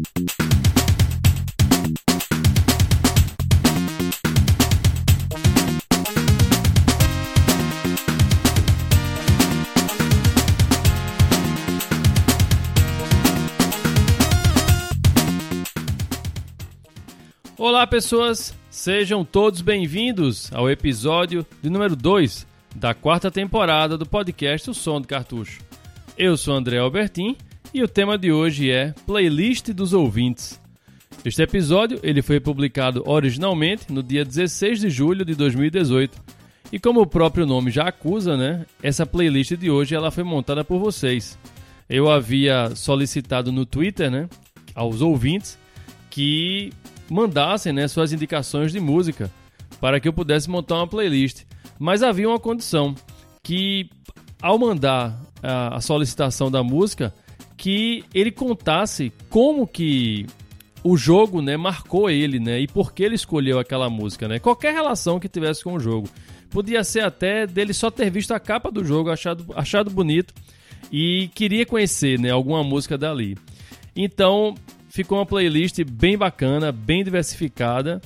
Olá pessoas, sejam todos bem-vindos ao episódio de número 2 da quarta temporada do podcast O Som do Cartucho. Eu sou André Albertin e o tema de hoje é Playlist dos Ouvintes. Este episódio ele foi publicado originalmente no dia 16 de julho de 2018 e como o próprio nome já acusa, né, essa playlist de hoje ela foi montada por vocês. Eu havia solicitado no Twitter, né, aos ouvintes que mandassem, né, suas indicações de música para que eu pudesse montar uma playlist. Mas havia uma condição, que ao mandar a solicitação da música, que ele contasse como que o jogo, né, marcou ele, né, e por que ele escolheu aquela música, né? Qualquer relação que tivesse com o jogo. Podia ser até dele só ter visto a capa do jogo, achado bonito e queria conhecer, né, alguma música dali. Então ficou uma playlist bem bacana, bem diversificada.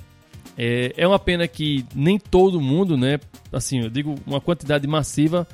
É uma pena que nem todo mundo, né, assim, eu digo uma quantidade massiva,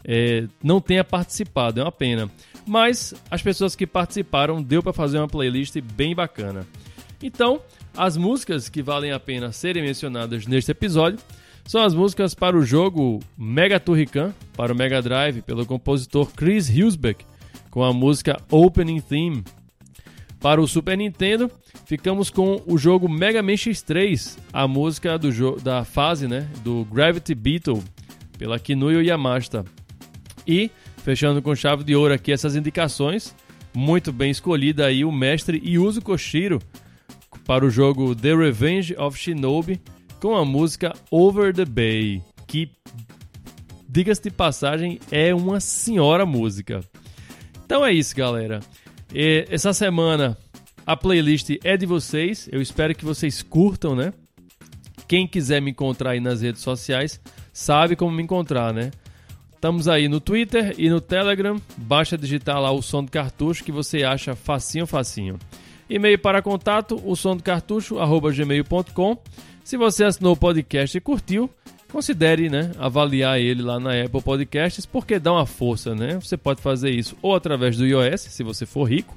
não tenha participado, é uma pena. Mas as pessoas que participaram, deu para fazer uma playlist bem bacana. Então, as músicas que valem a pena serem mencionadas neste episódio são as músicas para o jogo Mega Turrican, para o Mega Drive, pelo compositor Chris Hülsbeck, com a música Opening Theme. Para o Super Nintendo, ficamos com o jogo Mega Man X3, a música da fase, né, do Gravity Beetle, pela Kinuyo Yamashita. E, fechando com chave de ouro aqui essas indicações, muito bem escolhida aí o mestre Yuzo Koshiro, para o jogo The Revenge of Shinobi, com a música Over the Bay, que, diga-se de passagem, é uma senhora música. Então é isso, galera. Essa semana a playlist é de vocês, eu espero que vocês curtam, né? Quem quiser me encontrar aí nas redes sociais sabe como me encontrar, né? Estamos aí no Twitter e no Telegram, basta digitar lá o Som do Cartucho que você acha facinho. E-mail para contato, osomdocartucho@gmail.com. Se você assinou o podcast e curtiu, considere, né, avaliar ele lá na Apple Podcasts, porque dá uma força, né? Você pode fazer isso ou através do iOS, se você for rico,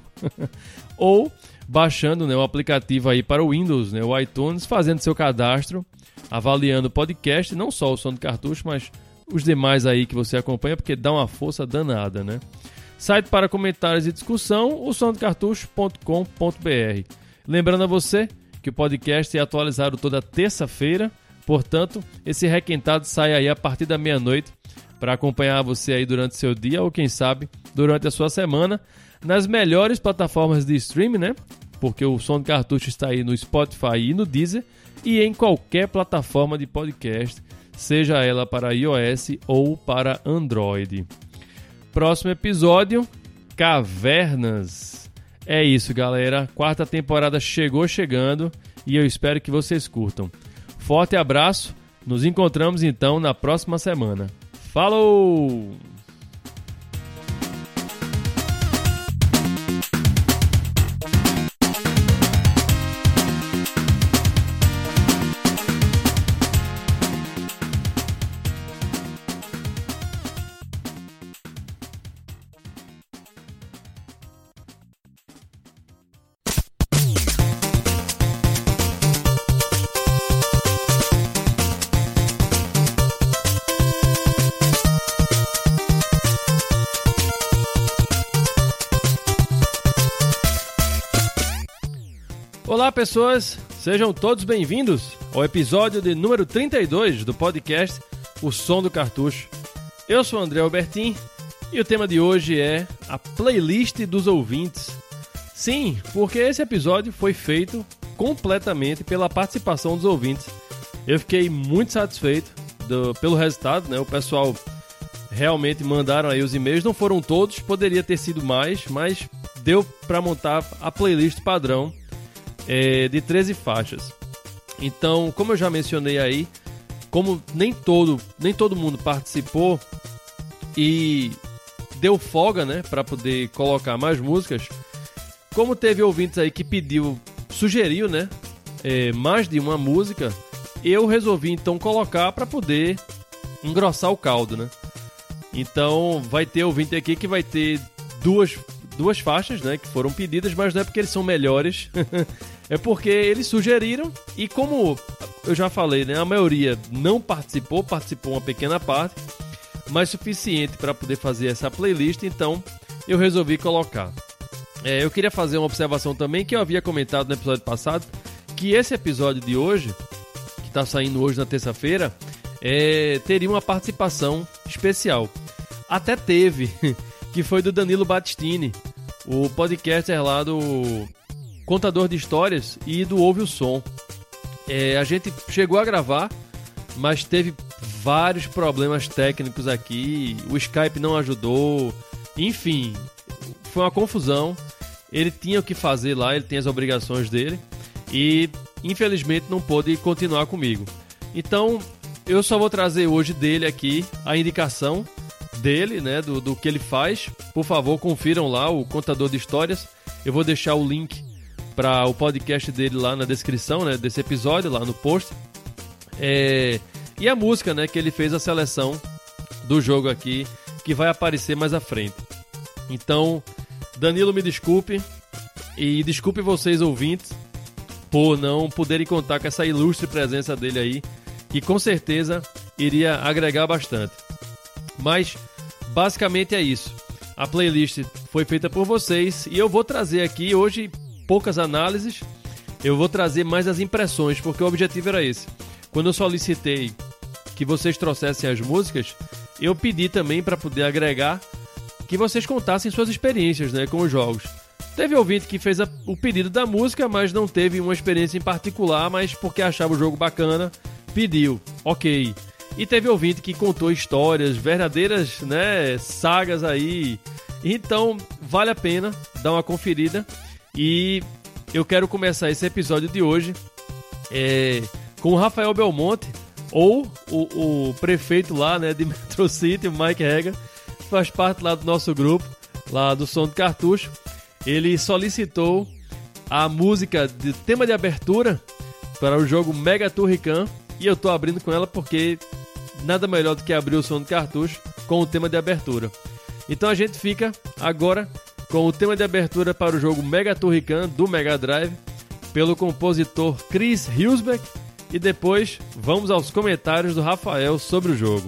ou baixando, né, o aplicativo aí para o Windows, né, o iTunes, fazendo seu cadastro, avaliando o podcast, não só o Som do Cartucho, mas os demais aí que você acompanha, porque dá uma força danada, né? Site para comentários e discussão, osomdocartucho.com.br. Lembrando a você que o podcast é atualizado toda terça-feira. Portanto, esse requentado sai aí a partir da meia-noite para acompanhar você aí durante seu dia ou, quem sabe, durante a sua semana nas melhores plataformas de streaming, né? Porque o Som do Cartucho está aí no Spotify e no Deezer e em qualquer plataforma de podcast, seja ela para iOS ou para Android. Próximo episódio, Cavernas. É isso, galera. Quarta temporada chegando e eu espero que vocês curtam. Forte abraço, nos encontramos então na próxima semana. Falou! Olá pessoas, sejam todos bem-vindos ao episódio de número 32 do podcast O Som do Cartucho. Eu sou André Albertin e o tema de hoje é a playlist dos ouvintes. Sim, porque esse episódio foi feito completamente pela participação dos ouvintes. Eu fiquei muito satisfeito pelo resultado, né? O pessoal realmente mandaram aí os e-mails, não foram todos, poderia ter sido mais, mas deu para montar a playlist padrão de 13 faixas. Então, como eu já mencionei aí, como nem todo mundo participou e deu folga, né, para poder colocar mais músicas, como teve ouvintes aí que sugeriu, né, mais de uma música, eu resolvi então colocar para poder engrossar o caldo, né? Então vai ter ouvinte aqui que vai ter duas faixas, né, que foram pedidas, mas não é porque eles são melhores, é porque eles sugeriram e como eu já falei, né, a maioria não participou uma pequena parte, mas suficiente para poder fazer essa playlist, então eu resolvi colocar. Eu queria fazer uma observação também que eu havia comentado no episódio passado, que esse episódio de hoje, que está saindo hoje na terça-feira, teria uma participação especial. Até teve, que foi do Danilo Battistini, o podcaster lá do Contador de Histórias e do Ouve o Som. A gente chegou a gravar, mas teve vários problemas técnicos aqui, o Skype não ajudou, enfim, foi uma confusão. Ele tinha o que fazer lá, ele tem as obrigações dele e infelizmente não pôde continuar comigo. Então eu só vou trazer hoje dele aqui a indicação dele, né, do que ele faz. Por favor, confiram lá o Contador de Histórias. Eu vou deixar o link para o podcast dele lá na descrição, né, desse episódio, lá no post. E a música, né, que ele fez a seleção do jogo aqui, que vai aparecer mais à frente. Então, Danilo, me desculpe, e desculpe vocês ouvintes por não poderem contar com essa ilustre presença dele aí, que com certeza iria agregar bastante. Mas basicamente é isso. A playlist foi feita por vocês e eu vou trazer aqui hoje poucas análises, eu vou trazer mais as impressões, porque o objetivo era esse. Quando eu solicitei que vocês trouxessem as músicas, eu pedi também para poder agregar que vocês contassem suas experiências, né, com os jogos. Teve ouvinte que fez o pedido da música, mas não teve uma experiência em particular, mas porque achava o jogo bacana, pediu. Ok. E teve ouvinte que contou histórias, verdadeiras, né, sagas aí. Então, vale a pena dar uma conferida. E eu quero começar esse episódio de hoje com o Rafael Belmonte, ou o prefeito lá, né, de Metro City, o Mike Hagan, faz parte lá do nosso grupo, lá do Som do Cartucho. Ele solicitou a música de tema de abertura para o jogo Mega Turrican, e eu tô abrindo com ela porque nada melhor do que abrir o Som do Cartucho com o tema de abertura. Então a gente fica agora com o tema de abertura para o jogo Mega Turrican do Mega Drive, pelo compositor Chris Hülsbeck, e depois vamos aos comentários do Rafael sobre o jogo.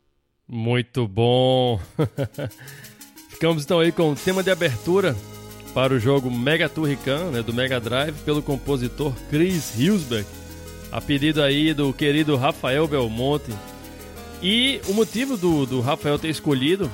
Muito bom! Ficamos então aí com o tema de abertura para o jogo Mega Turrican, né, do Mega Drive, pelo compositor Chris Hülsbeck, a pedido aí do querido Rafael Belmonte. E o motivo do Rafael ter escolhido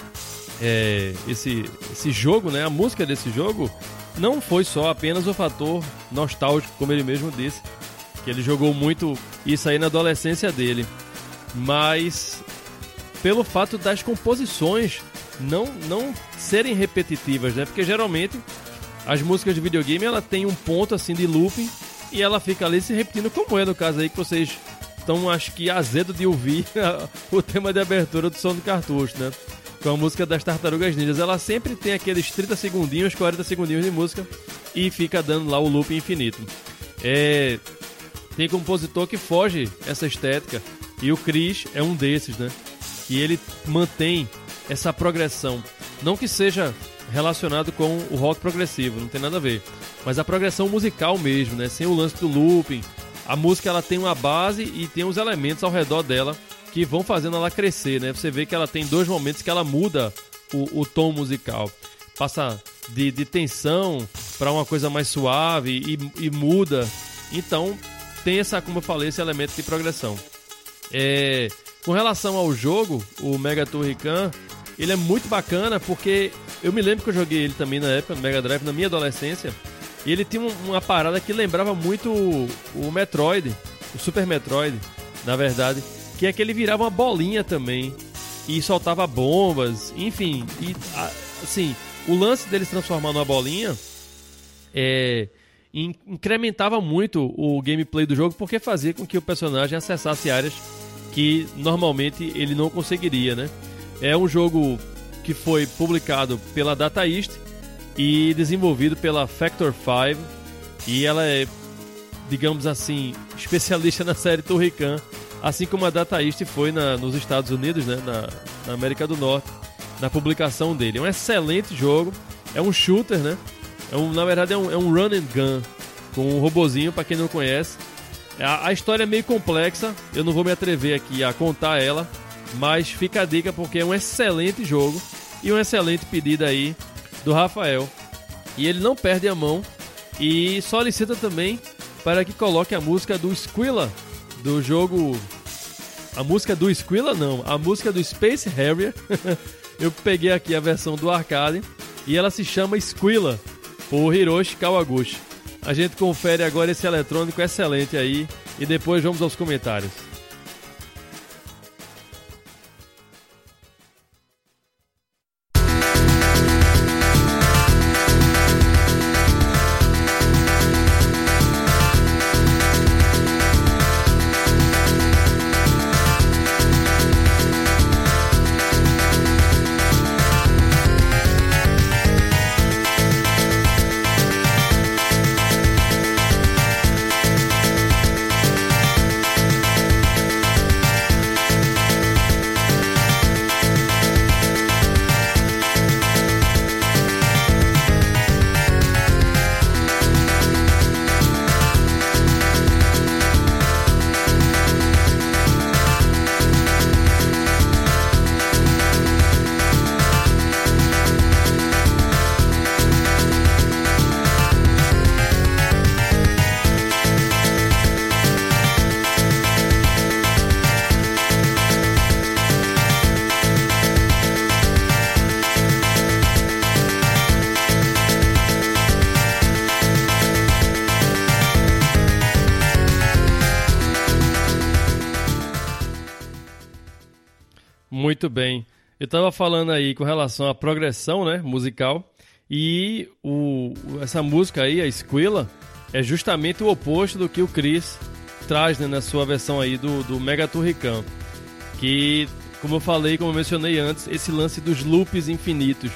esse jogo, né, a música desse jogo, não foi só apenas o fator nostálgico, como ele mesmo disse, que ele jogou muito isso aí na adolescência dele, mas pelo fato das composições não serem repetitivas, né? Porque geralmente as músicas de videogame ela tem um ponto assim de looping e ela fica ali se repetindo, como é no caso aí que vocês estão, acho que azedo de ouvir o tema de abertura do Som do Cartucho, né? Com a música das Tartarugas Ninjas. Ela sempre tem aqueles 30 segundinhos, 40 segundinhos de música e fica dando lá o loop infinito. Tem compositor que foge essa estética e o Chris é um desses, né? E ele mantém essa progressão. Não que seja relacionado com o rock progressivo, não tem nada a ver. Mas a progressão musical mesmo, né? Sem o lance do looping. A música ela tem uma base e tem os elementos ao redor dela que vão fazendo ela crescer, né? Você vê que ela tem dois momentos que ela muda o tom musical. Passa de tensão para uma coisa mais suave e muda. Então, tem essa, como eu falei, esse elemento de progressão. Com relação ao jogo, o Mega Turrican, ele é muito bacana porque eu me lembro que eu joguei ele também na época, no Mega Drive, na minha adolescência. E ele tinha uma parada que lembrava muito o Metroid, o Super Metroid, na verdade, que é que ele virava uma bolinha também e soltava bombas, enfim. E, assim, o lance dele se transformar numa bolinha incrementava muito o gameplay do jogo porque fazia com que o personagem acessasse áreas que normalmente ele não conseguiria, né? É um jogo que foi publicado pela Data East e desenvolvido pela Factor 5, e ela é, digamos assim, especialista na série Turrican, assim como a Data East foi nos Estados Unidos, né? na América do Norte, na publicação dele. É um excelente jogo, é um shooter, né? Na verdade é um run and gun, com um robozinho, para quem não conhece. A história é meio complexa, eu não vou me atrever aqui a contar ela, mas fica a dica porque é um excelente jogo e um excelente pedido aí do Rafael. E ele não perde a mão e solicita também para que coloque a música do Squilla, do jogo... A música do Squilla não, a música do Space Harrier. Eu peguei aqui a versão do arcade e ela se chama Squilla, por Hiroshi Kawaguchi. A gente confere agora esse eletrônico excelente aí e depois vamos aos comentários. Muito bem. Eu estava falando aí com relação à progressão, né, musical, e essa música aí, a Squilla, é justamente o oposto do que o Chris traz, né, na sua versão aí do Mega Turrican. Que, como eu falei, como eu mencionei antes, esse lance dos loops infinitos.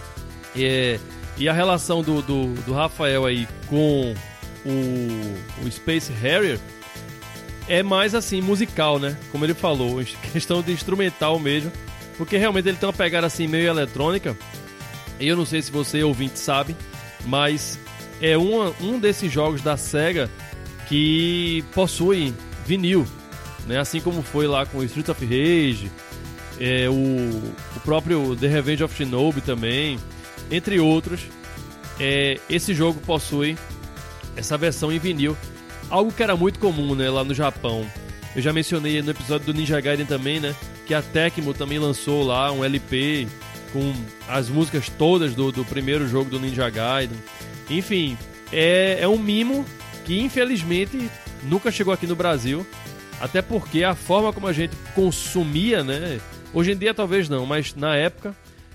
E a relação do Rafael aí com o Space Harrier é mais assim, musical, né? Como ele falou, questão de instrumental mesmo, porque realmente ele tem uma pegada assim meio eletrônica. E eu não sei se você, ouvinte, sabe, mas é um desses jogos da Sega que possui vinil, né? Assim como foi lá com Streets of Rage, o próprio The Revenge of Shinobi também, entre outros. esse jogo possui essa versão em vinil, algo que era muito comum, né, lá no Japão. Eu já mencionei no episódio do Ninja Gaiden também, né, que a Tecmo também lançou lá um LP com as músicas todas do primeiro jogo do Ninja Gaiden. Enfim, é um mimo que infelizmente nunca chegou aqui no Brasil, até porque a forma como a gente consumia, né, hoje em dia talvez não, mas na época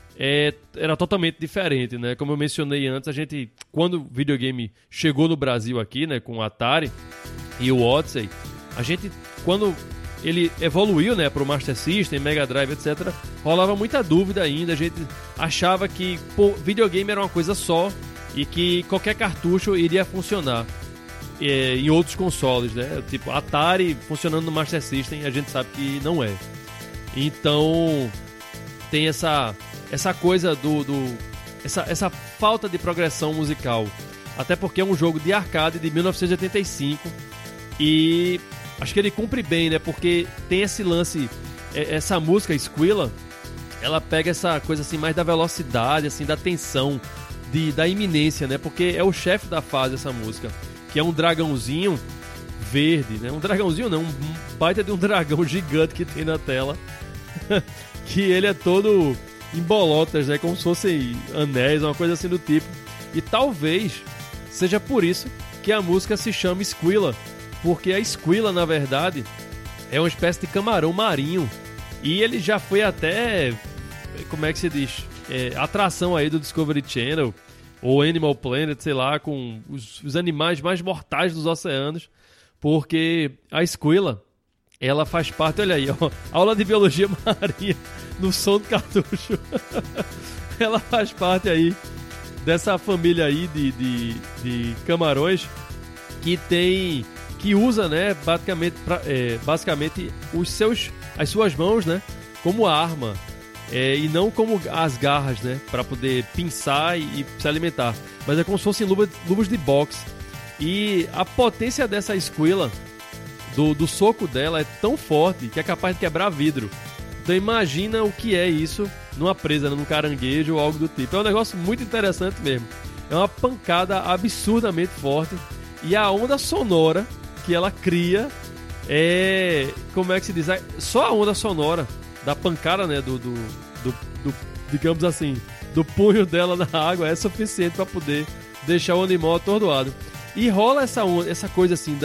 era totalmente diferente, né? Como eu mencionei antes, a gente, quando o videogame chegou no Brasil aqui, né, com o Atari e o Odyssey, a gente, quando ele evoluiu, né, para o Master System, Mega Drive, etc., rolava muita dúvida ainda. A gente achava que videogame era uma coisa só e que qualquer cartucho iria funcionar em outros consoles, né? Tipo, Atari funcionando no Master System, a gente sabe que não é. Então, tem essa coisa essa falta de progressão musical. Até porque é um jogo de arcade de 1985 e acho que ele cumpre bem, né? Porque tem esse lance, essa música Squilla, ela pega essa coisa assim mais da velocidade, assim, da tensão, da iminência, né? Porque é o chefe da fase essa música, que é um dragãozinho verde, né? Um dragãozinho não, um baita de um dragão gigante que tem na tela, que ele é todo em bolotas, né? Como se fossem anéis, uma coisa assim do tipo. E talvez seja por isso que a música se chama Squilla, porque a Squilla, na verdade, é uma espécie de camarão marinho. E ele já foi até, como é que se diz? Atração aí do Discovery Channel ou Animal Planet, sei lá, com os animais mais mortais dos oceanos, porque a Squilla, ela faz parte, olha aí, ó, aula de biologia marinha no som do cartucho. Ela faz parte aí dessa família aí de camarões que usa, né, basicamente as suas mãos, né, como arma, e não como as garras, né, para poder pinçar e se alimentar, mas é como se fossem luvas de boxe. E a potência dessa Squilla, do soco dela, é tão forte que é capaz de quebrar vidro. Então imagina o que é isso numa presa, num caranguejo ou algo do tipo. É um negócio muito interessante mesmo. É uma pancada absurdamente forte. E a onda sonora que ela cria como é que se diz? Só a onda sonora da pancada, né, digamos assim, do punho dela na água é suficiente para poder deixar o animal atordoado. E rola essa coisa assim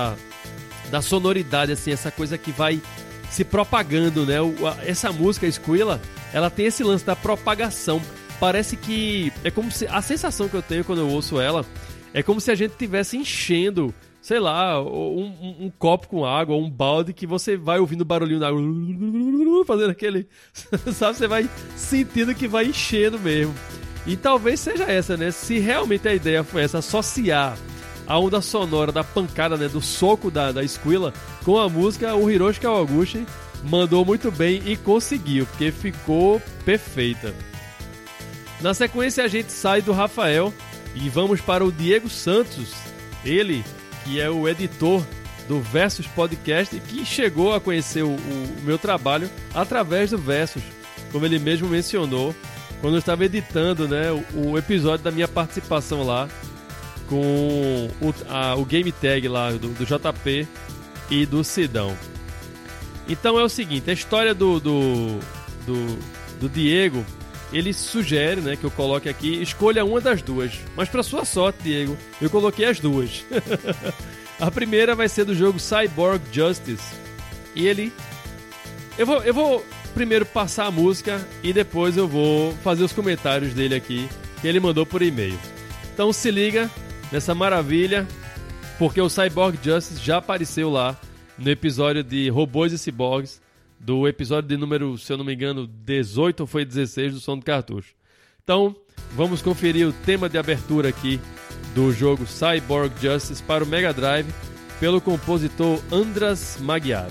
da sonoridade, assim, essa coisa que vai se propagando, né? Essa música Squilla, ela tem esse lance da propagação. Parece que é como se a sensação que eu tenho quando eu ouço ela é como se a gente estivesse enchendo, sei lá, um copo com água, um balde, que você vai ouvindo o barulhinho da água, fazendo aquele, sabe, você vai sentindo que vai enchendo mesmo. E talvez seja essa, né? Se realmente a ideia foi essa, associar a onda sonora da pancada, né, do soco da Squilla com a música, o Hiroshi Kawaguchi mandou muito bem e conseguiu, porque ficou perfeita. Na sequência a gente sai do Rafael e vamos para o Diego Santos, ele que é o editor do Versus Podcast e que chegou a conhecer o meu trabalho através do Versus, como ele mesmo mencionou, quando eu estava editando, né, o episódio da minha participação lá com o Game Tag lá do JP e do Sidão. Então é o seguinte, a história do Diego, ele sugere, né, que eu coloque aqui, escolha uma das duas. Mas para sua sorte, Diego, eu coloquei as duas. A primeira vai ser do jogo Cyborg Justice. E eu vou primeiro passar a música e depois eu vou fazer os comentários dele aqui, que ele mandou por e-mail. Então se liga nessa maravilha, porque o Cyborg Justice já apareceu lá no episódio de Robôs e Ciborgues, do episódio de número, se eu não me engano, 18 ou foi 16 do Som do Cartucho. Então, vamos conferir o tema de abertura aqui do jogo Cyborg Justice para o Mega Drive, pelo compositor Andras Magyari.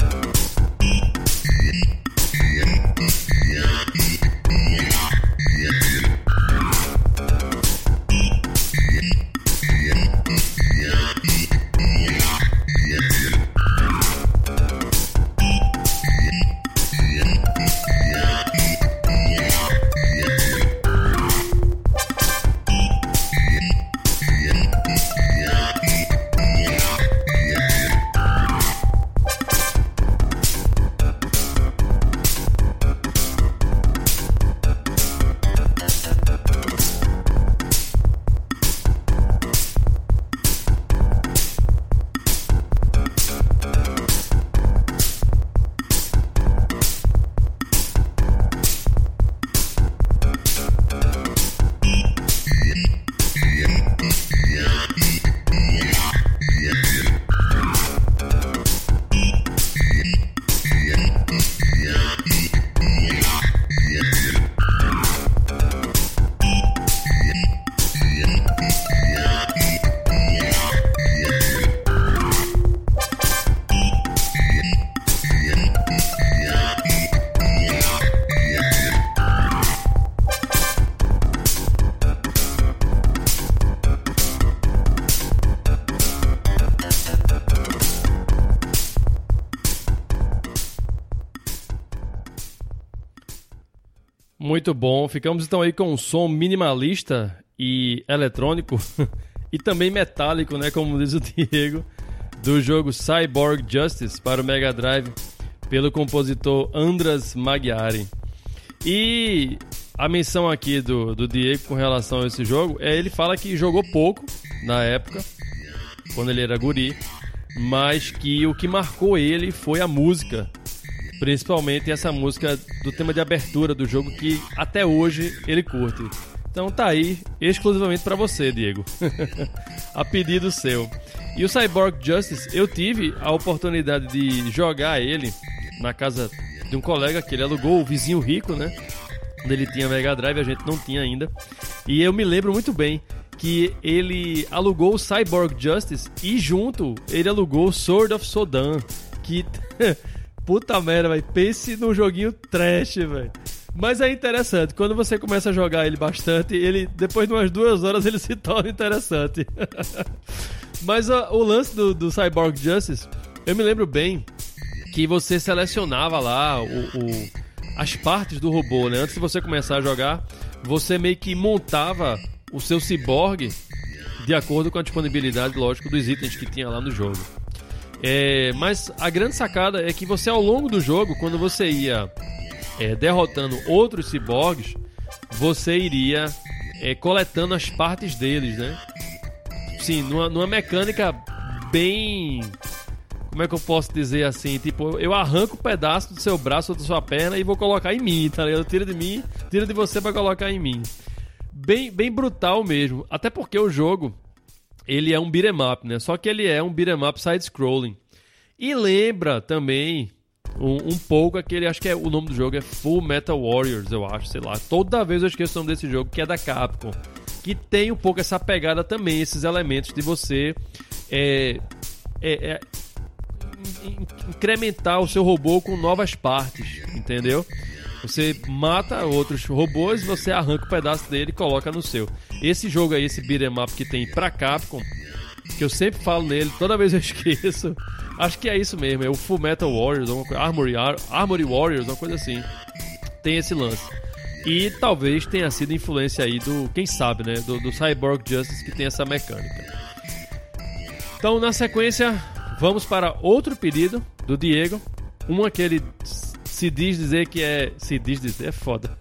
Yeah. Muito bom. Ficamos então aí com um som minimalista e eletrônico e também metálico, né, como diz o Diego, do jogo Cyborg Justice para o Mega Drive pelo compositor Andras Magyarin. E a menção aqui do Diego com relação a esse jogo ele fala que jogou pouco na época, quando ele era guri, mas que o que marcou ele foi a música, principalmente essa música do tema de abertura do jogo que até hoje ele curte. Então tá aí, exclusivamente pra você, Diego. A pedido seu. E o Cyborg Justice, eu tive a oportunidade de jogar ele na casa de um colega que ele alugou, o vizinho rico, né? Quando ele tinha Mega Drive, a gente não tinha ainda. E eu me lembro muito bem que ele alugou o Cyborg Justice e junto ele alugou o Sword of Sodan, que... Puta merda, velho. Pense num joguinho trash, velho. Mas é interessante. Quando você começa a jogar ele bastante, ele, depois de umas 2 horas, ele se torna interessante. Mas o lance do Cyborg Justice, eu me lembro bem que você selecionava lá as partes do robô, né? Antes de você começar a jogar, você meio que montava o seu ciborgue de acordo com a disponibilidade, lógico, dos itens que tinha lá no jogo. Mas a grande sacada é que você, ao longo do jogo, quando você ia derrotando outros ciborgues, você iria coletando as partes deles, né? Sim, numa mecânica bem... Como é que eu posso dizer assim? Tipo, eu arranco um pedaço do seu braço ou da sua perna e vou colocar em mim, tá ligado? Tira de mim, tira de você pra colocar em mim. Bem brutal mesmo. Até porque o jogo... ele é um beat'em up, né? Só que ele é um beat'em up side-scrolling. E lembra também um pouco aquele... Acho que o nome do jogo é Full Metal Warriors, eu acho, sei lá. Toda vez eu esqueço o nome desse jogo, que é da Capcom. Que tem um pouco essa pegada também, esses elementos de você incrementar o seu robô com novas partes, entendeu? Você mata outros robôs, você arranca um pedaço dele e coloca no seu. Esse jogo aí, esse beat'em up que tem pra Capcom, que eu sempre falo nele, toda vez eu esqueço. Acho que é isso mesmo, é o Full Metal Warriors, Armory Warriors, uma coisa assim. Tem esse lance. E talvez tenha sido influência aí do, quem sabe, né, do Cyborg Justice, que tem essa mecânica. Então, na sequência, vamos para outro pedido do Diego. Uma que ele se diz dizer que é... Se diz dizer é foda.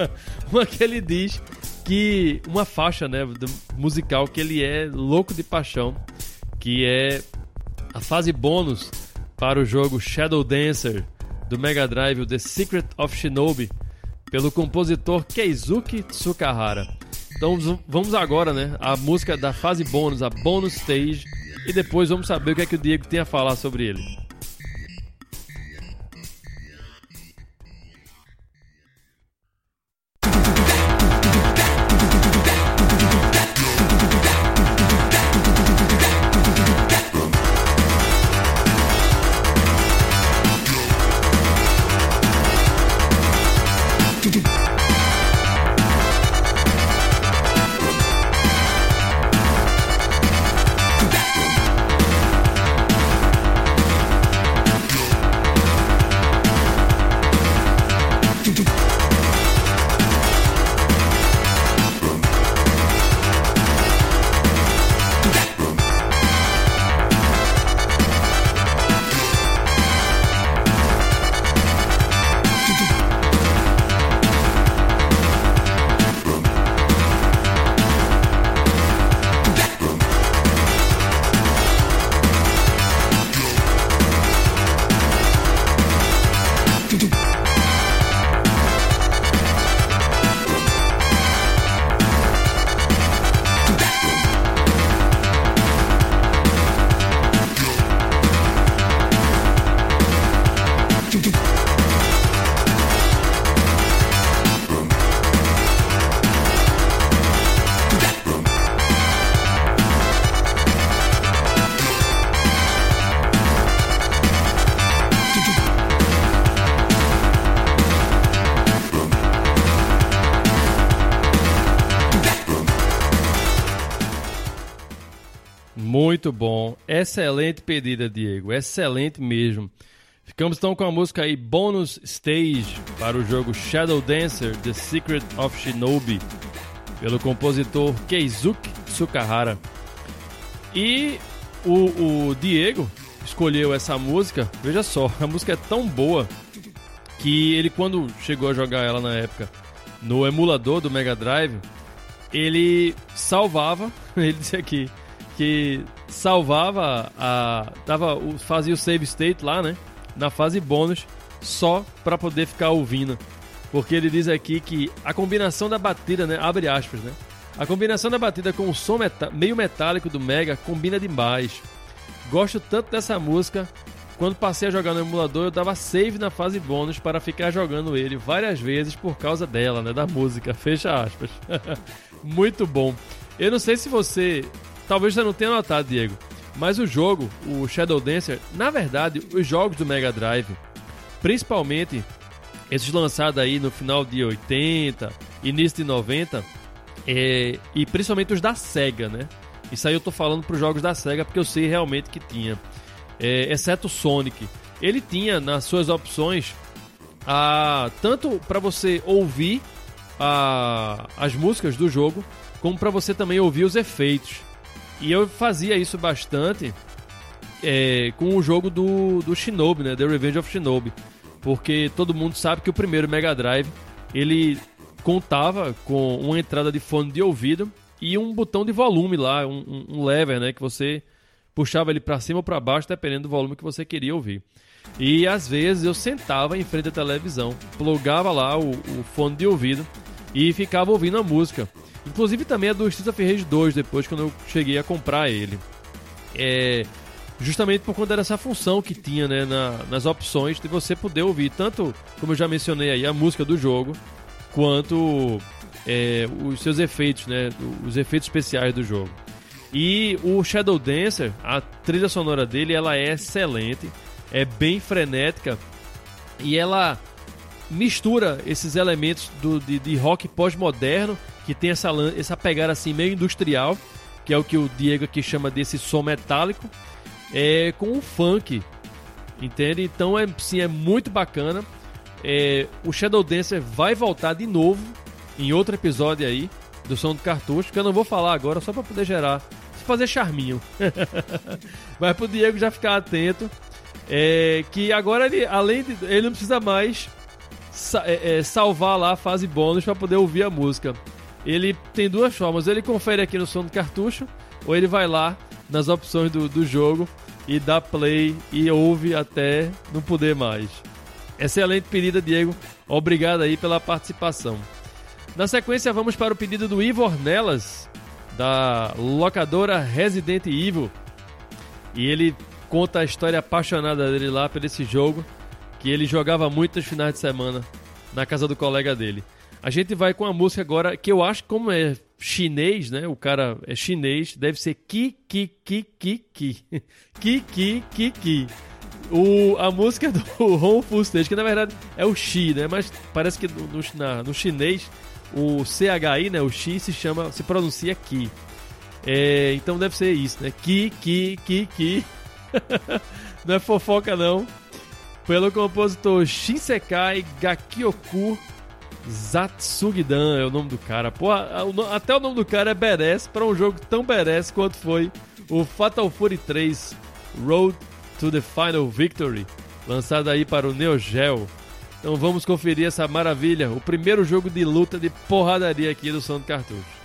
Uma que ele diz que... Uma faixa, né, musical que ele é louco de paixão. Que é a fase bônus para o jogo Shadow Dancer do Mega Drive, o The Secret of Shinobi, pelo compositor Keizuki Tsukahara. Então vamos agora, né, a música da fase bônus, a Bonus Stage, e depois vamos saber o que é que o Diego tem a falar sobre ele. Muito bom, excelente pedida, Diego, excelente mesmo. Ficamos então com a música aí Bonus Stage para o jogo Shadow Dancer The Secret of Shinobi, pelo compositor Keizuki Tsukahara. E o Diego escolheu essa música, veja só, a música é tão boa que ele, quando chegou a jogar ela na época no emulador do Mega Drive, ele salvava, ele disse aqui, que salvava fazia o save state lá, né, na fase bônus, só para poder ficar ouvindo. Porque ele diz aqui que a combinação da batida, né, abre aspas, né, a combinação da batida com o som meio metálico do Mega combina demais. Gosto tanto dessa música, quando passei a jogar no emulador eu dava save na fase bônus para ficar jogando ele várias vezes por causa dela, né, da música, fecha aspas. Muito bom. Eu não sei se você, talvez você não tenha notado, Diego, mas o jogo, o Shadow Dancer, na verdade, os jogos do Mega Drive, principalmente esses lançados aí no final de 80, início de 90, e principalmente os da Sega, né? Isso aí eu tô falando pros jogos da Sega porque eu sei realmente que tinha. Exceto o Sonic. Ele tinha nas suas opções tanto para você ouvir as músicas do jogo, como para você também ouvir os efeitos. E eu fazia isso bastante com o jogo do Shinobi, né? The Revenge of Shinobi. Porque todo mundo sabe que o primeiro Mega Drive, ele contava com uma entrada de fone de ouvido e um botão de volume lá, um lever, né? Que você puxava ele para cima ou para baixo, dependendo do volume que você queria ouvir. E às vezes eu sentava em frente à televisão, plugava lá o fone de ouvido e ficava ouvindo a música. Inclusive também a do Streets of Rage 2, depois, quando eu cheguei a comprar ele. Justamente por conta dessa função que tinha, né, nas opções de você poder ouvir tanto, como eu já mencionei aí, a música do jogo, quanto os seus efeitos, né, os efeitos especiais do jogo. E o Shadow Dancer, a trilha sonora dele, ela é excelente, é bem frenética e ela mistura esses elementos de rock pós-moderno, que tem essa pegada assim meio industrial, que é o que o Diego aqui chama desse som metálico, com o funk, entende? Então é muito bacana. O Shadow Dancer vai voltar de novo em outro episódio aí do Som do Cartucho, que eu não vou falar agora, só para poder fazer charminho. Mas pro Diego já ficar atento, que agora ele não precisa mais salvar lá a fase bônus para poder ouvir a música. Ele tem duas formas: ele confere aqui no Som do Cartucho, ou ele vai lá nas opções do jogo e dá play e ouve até não poder mais. Excelente pedida, Diego. Obrigado aí pela participação. Na sequência, vamos para o pedido do Ivo Ornelas, da locadora Resident Evil. E ele conta a história apaixonada dele lá por esse jogo, que ele jogava muito nos finais de semana na casa do colega dele. A gente vai com a música agora, que eu acho, como é chinês, né? O cara é chinês, deve ser Ki. A música do Home Full Stage, que na verdade é o Xi, né? Mas parece que no chinês o CHI, né? O Xi se pronuncia Ki. Então deve ser isso, né? Ki. Não é fofoca não. Pelo compositor Shinsekai Gakyoku Zatsugidan é o nome do cara. Porra, até o nome do cara é badass pra um jogo tão badass quanto foi o Fatal Fury 3 Road to the Final Victory, lançado aí para o Neo Geo. Então vamos conferir essa maravilha, o primeiro jogo de luta de porradaria aqui do Som do Cartucho.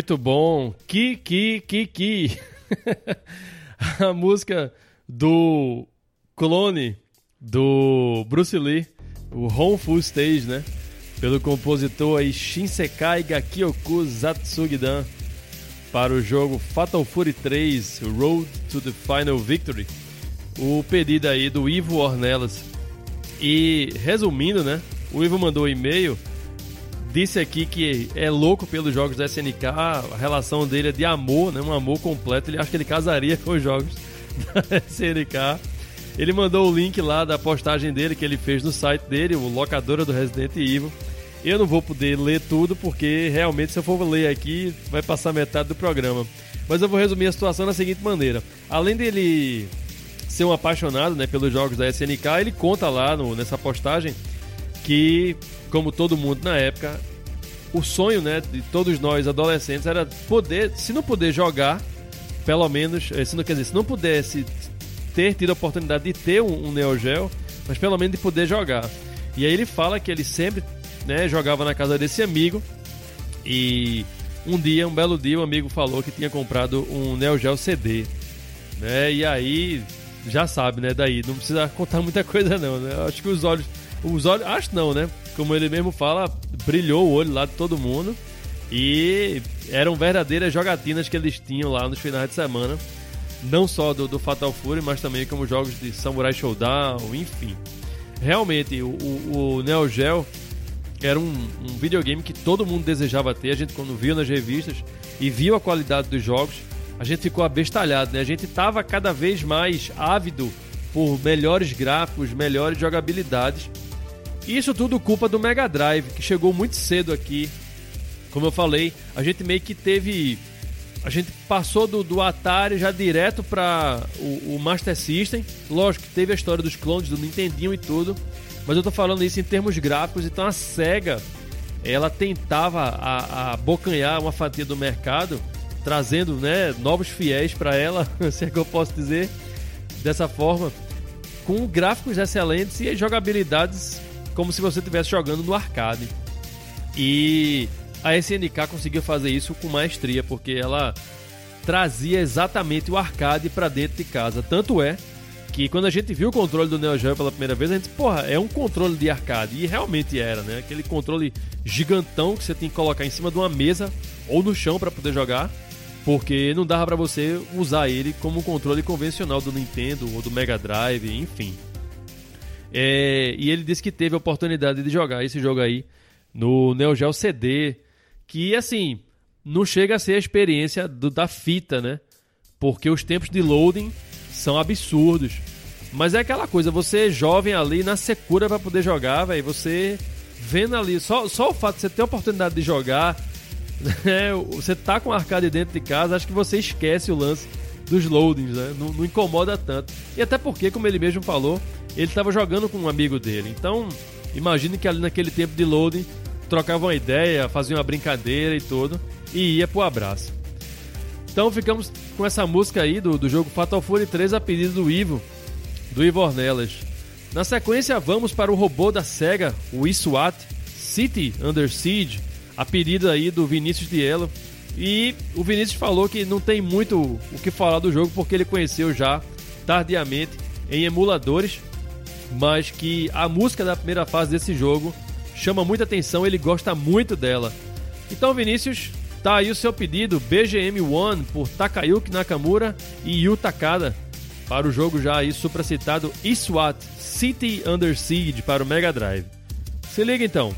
Muito bom. Que. A música do clone do Bruce Lee, o Home Full Stage, né? Pelo compositor aí Shinsekai Gakyoku Zatsugidan, para o jogo Fatal Fury 3, Road to the Final Victory. O pedido aí do Ivo Ornelas. E resumindo, né? O Ivo mandou um e-mail, disse aqui que é louco pelos jogos da SNK, a relação dele é de amor, né? Um amor completo. Ele acha que ele casaria com os jogos da SNK. Ele mandou o link lá da postagem dele que ele fez no site dele, o Locadora do Resident Evil. Eu não vou poder ler tudo porque realmente se eu for ler aqui vai passar metade do programa. Mas eu vou resumir a situação da seguinte maneira. Além dele ser um apaixonado, né, pelos jogos da SNK, ele conta lá nessa postagem que, como todo mundo na época, o sonho, né, de todos nós adolescentes era poder, se não poder jogar, pelo menos, se não pudesse ter tido a oportunidade de ter um Neo Geo, mas pelo menos de poder jogar. E aí ele fala que ele sempre, né, jogava na casa desse amigo, e um belo dia, o amigo falou que tinha comprado um Neo Geo CD, né, e aí já sabe, né, daí não precisa contar muita coisa não, né, acho que os olhos, acho não, né, como ele mesmo fala, brilhou o olho lá de todo mundo, e eram verdadeiras jogatinas que eles tinham lá nos finais de semana, não só do Fatal Fury, mas também como jogos de Samurai Showdown, enfim. Realmente, o Neo Geo era um videogame que todo mundo desejava ter. A gente, quando viu nas revistas e viu a qualidade dos jogos, a gente ficou abestalhado, né? A gente estava cada vez mais ávido por melhores gráficos, melhores jogabilidades. E isso tudo culpa do Mega Drive, que chegou muito cedo aqui. Como eu falei, a gente meio que teve... A gente passou do Atari já direto para o Master System. Lógico que teve a história dos clones do Nintendinho e tudo, mas eu tô falando isso em termos gráficos. Então a SEGA, ela tentava abocanhar uma fatia do mercado, trazendo, né, novos fiéis para ela, se é que eu posso dizer dessa forma, com gráficos excelentes e jogabilidades como se você estivesse jogando no arcade. E a SNK conseguiu fazer isso com maestria, porque ela trazia exatamente o arcade para dentro de casa. Tanto é que quando a gente viu o controle do Neo Geo pela primeira vez, a gente disse, porra, é um controle de arcade. E realmente era, né? Aquele controle gigantão que você tem que colocar em cima de uma mesa ou no chão para poder jogar, porque não dava para você usar ele como um controle convencional do Nintendo ou do Mega Drive, enfim. E ele disse que teve a oportunidade de jogar esse jogo aí no Neo Geo CD, que, assim, não chega a ser a experiência da fita, né? Porque os tempos de loading são absurdos. Mas é aquela coisa, você é jovem ali na secura pra poder jogar, velho. Você vendo ali, só o fato de você ter a oportunidade de jogar, né? Você tá com o arcade dentro de casa, acho que você esquece o lance dos loadings, né? Não incomoda tanto. E até porque, como ele mesmo falou, ele tava jogando com um amigo dele. Então, imagine que ali naquele tempo de loading trocava uma ideia, fazia uma brincadeira e tudo, e ia pro abraço. Então ficamos com essa música aí do jogo Fatal Fury 3 a pedido do Ivo Ornelas. Na sequência vamos para o robô da SEGA, o eSWAT, City Under Siege, a pedido aí do Vinícius Diello. E o Vinícius falou que não tem muito o que falar do jogo porque ele conheceu já tardiamente em emuladores, mas que a música da primeira fase desse jogo chama muita atenção, ele gosta muito dela. Então, Vinícius, tá aí o seu pedido, BGM1 por Takayuki Nakamura e Yu Takada, para o jogo já aí supracitado eSWAT City Under Siege para o Mega Drive. Se liga então.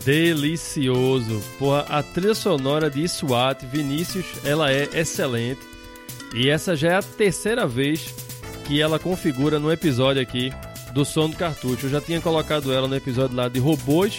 Delicioso. Porra, a trilha sonora de SWAT, Vinícius, ela é excelente. E essa já é a terceira vez que ela configura no episódio aqui do Som do Cartucho. Eu já tinha colocado ela no episódio lá de robôs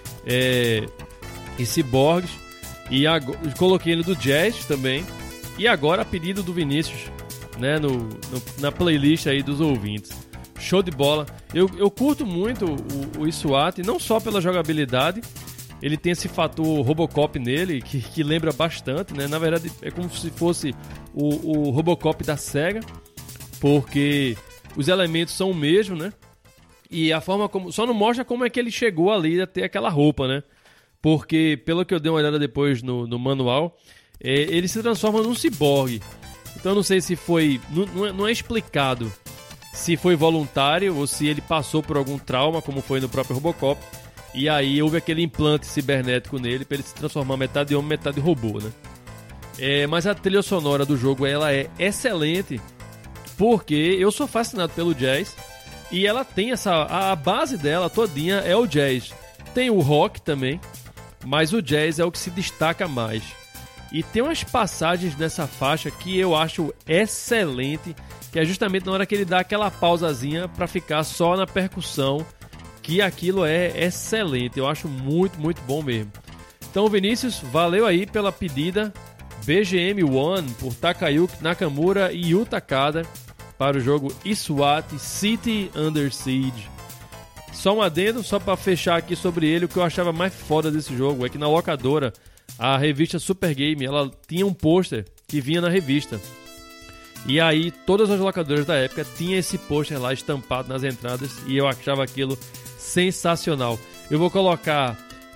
e ciborgues. E coloquei ele do jazz também. E agora a pedido do Vinícius, né, na playlist aí dos ouvintes. Show de bola. Eu curto muito o SWAT, não só pela jogabilidade. Ele tem esse fator Robocop nele, que lembra bastante, né? Na verdade, é como se fosse o Robocop da SEGA, porque os elementos são o mesmo, né? E a forma como... Só não mostra como é que ele chegou ali a ter aquela roupa, né? Porque, pelo que eu dei uma olhada depois no manual, ele se transforma num ciborgue. Então eu não sei se foi... Não é explicado se foi voluntário ou se ele passou por algum trauma, como foi no próprio Robocop. E aí houve aquele implante cibernético nele para ele se transformar metade homem, metade robô, né? Mas a trilha sonora do jogo ela é excelente, porque eu sou fascinado pelo jazz. E ela tem a base dela todinha é o jazz. Tem o rock também, mas o jazz é o que se destaca mais. E tem umas passagens nessa faixa que eu acho excelente, que é justamente na hora que ele dá aquela pausazinha para ficar só na percussão, que aquilo é excelente. Eu acho muito, muito bom mesmo. Então, Vinícius, valeu aí pela pedida BGM One por Takayuki Nakamura e Yu Takada para o jogo SWAT City Under Siege. Só um adendo, só para fechar aqui sobre ele, o que eu achava mais foda desse jogo é que na locadora, a revista Super Game, ela tinha um pôster que vinha na revista. E aí, todas as locadoras da época tinham esse pôster lá estampado nas entradas e eu achava aquilo sensacional. Eu vou colocar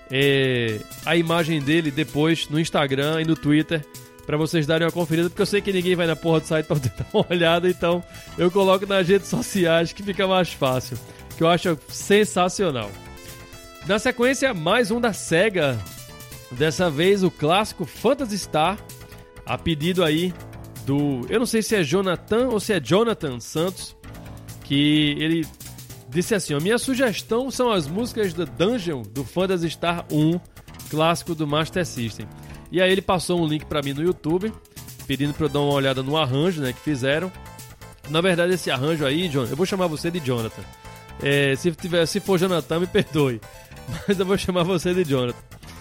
a imagem dele depois no Instagram e no Twitter pra vocês darem uma conferida, porque eu sei que ninguém vai na porra do site pra dar uma olhada, então eu coloco nas redes sociais que fica mais fácil, que eu acho sensacional. Na sequência, mais um da SEGA, dessa vez o clássico Phantasy Star, a pedido aí eu não sei se é Jonathan ou se é Jonathan Santos, que ele disse assim: a minha sugestão são as músicas da Dungeon do Phantasy Star 1, clássico do Master System. E aí ele passou um link pra mim no YouTube, pedindo pra eu dar uma olhada no arranjo, né, que fizeram. Na verdade, esse arranjo aí, John, eu vou chamar você de Jonathan. Se for Jonathan, me perdoe, mas eu vou chamar você de Jonathan.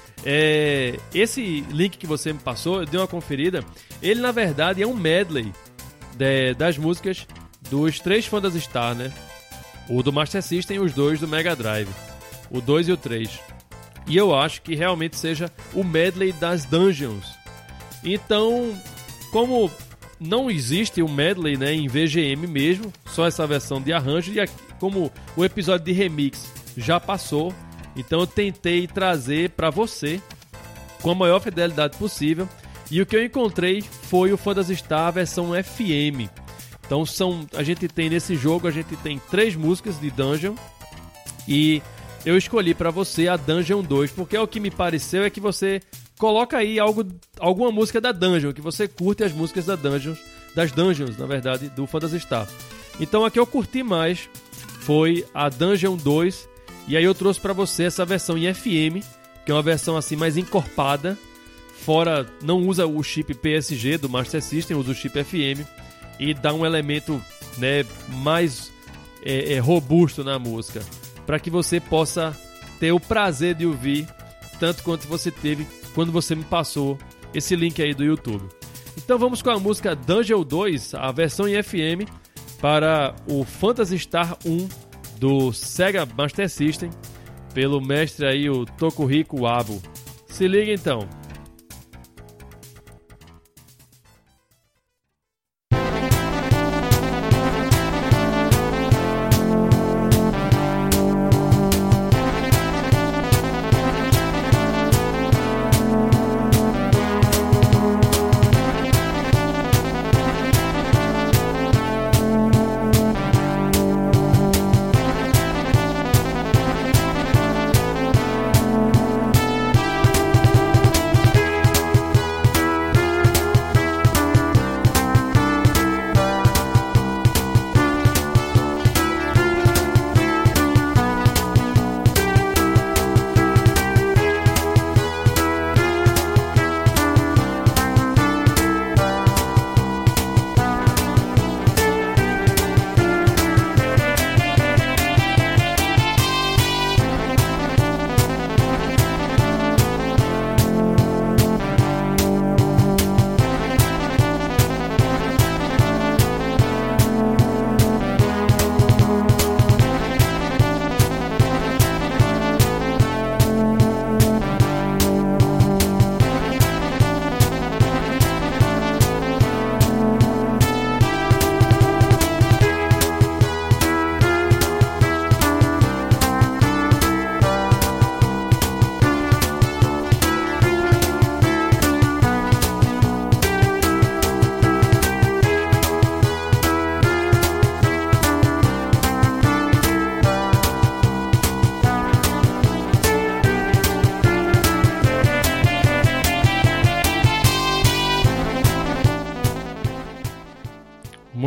Esse link que você me passou, eu dei uma conferida. Ele, na verdade, é um medley das músicas dos 3 Phantasy Star, né? O do Master System e os 2 do Mega Drive. O 2 e o 3. E eu acho que realmente seja o medley das Dungeons. Então, como não existe o medley, né, em VGM mesmo, só essa versão de arranjo, e como o episódio de remix já passou, então eu tentei trazer para você com a maior fidelidade possível. E o que eu encontrei foi o Phantasy Star versão FM. Então a gente tem nesse jogo, a gente tem 3 músicas de Dungeon. E eu escolhi para você a Dungeon 2, porque o que me pareceu é que você coloca aí alguma música da Dungeon, que você curte as músicas das Dungeons, na verdade, do Phantasy Star. Então a que eu curti mais foi a Dungeon 2. E aí eu trouxe para você essa versão em FM, que é uma versão assim mais encorpada. Fora, não usa o chip PSG do Master System, usa o chip FM e dá um elemento, né, mais robusto na música, para que você possa ter o prazer de ouvir tanto quanto você teve quando você me passou esse link aí do YouTube. Então vamos com a música Dungeon 2, a versão em FM, para o Phantasy Star 1 do Sega Master System, pelo mestre aí, o Tokuhiko Abo. Se liga então.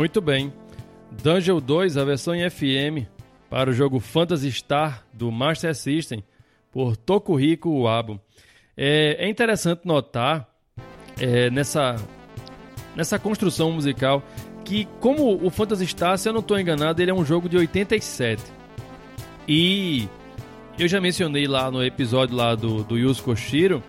Muito bem. Dungeon 2, a versão em FM, para o jogo Phantasy Star do Master System, por Tokuhiko Uabo. É interessante notar nessa construção musical que, como o Phantasy Star, se eu não estou enganado, ele é um jogo de 87. E eu já mencionei lá no episódio lá do Yuzo Koshiro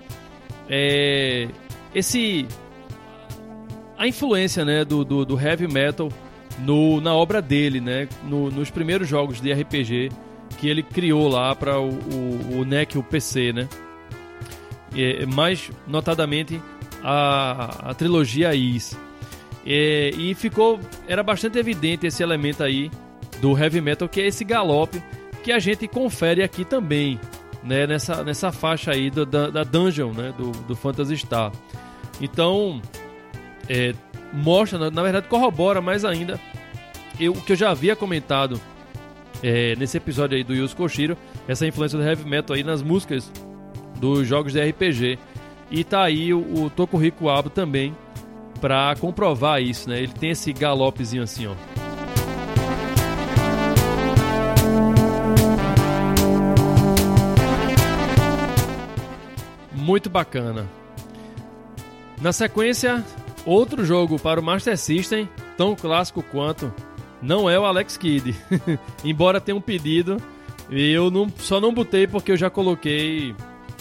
a influência, né, do heavy metal na obra dele, né, nos primeiros jogos de RPG que ele criou lá para o NEC, o PC, né? Mais notadamente a trilogia Is. E era bastante evidente esse elemento aí do heavy metal, que é esse galope que a gente confere aqui também, né, nessa faixa aí da Dungeon, né, do Phantasy Star. Então, mostra, na verdade corrobora mais ainda o que eu já havia comentado nesse episódio aí do Yuzo Koshiro, essa influência do heavy metal aí nas músicas dos jogos de RPG. E tá aí o Tokuhiko Uabo também pra comprovar isso, né? Ele tem esse galopezinho assim, ó. Muito bacana. Na sequência, outro jogo para o Master System, tão clássico quanto, não é o Alex Kidd. Embora tenha um pedido, eu só não botei porque eu já coloquei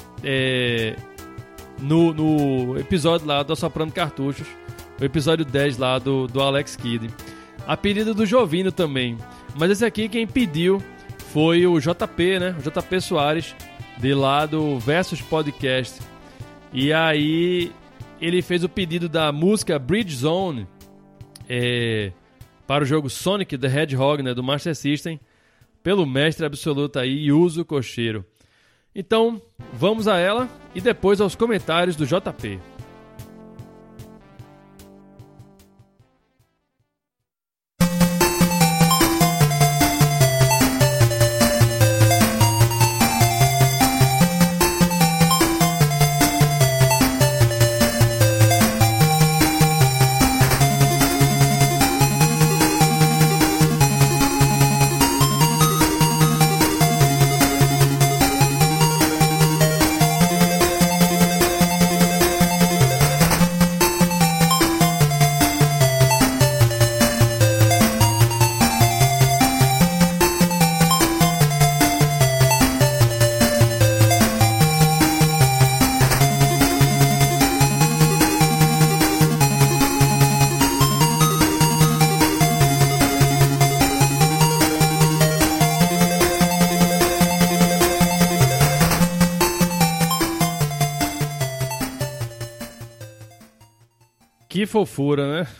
no episódio lá do Assoprando Cartuchos, o episódio 10 lá do Alex Kidd. A pedido do Jovino também. Mas esse aqui quem pediu foi o JP, né? O JP Soares, de lá do Versus Podcast. E aí ele fez o pedido da música Bridge Zone para o jogo Sonic the Hedgehog, né, do Master System, pelo mestre absoluto aí, Yuzo Koshiro. Então, vamos a ela e depois aos comentários do JP. Que fofura, né?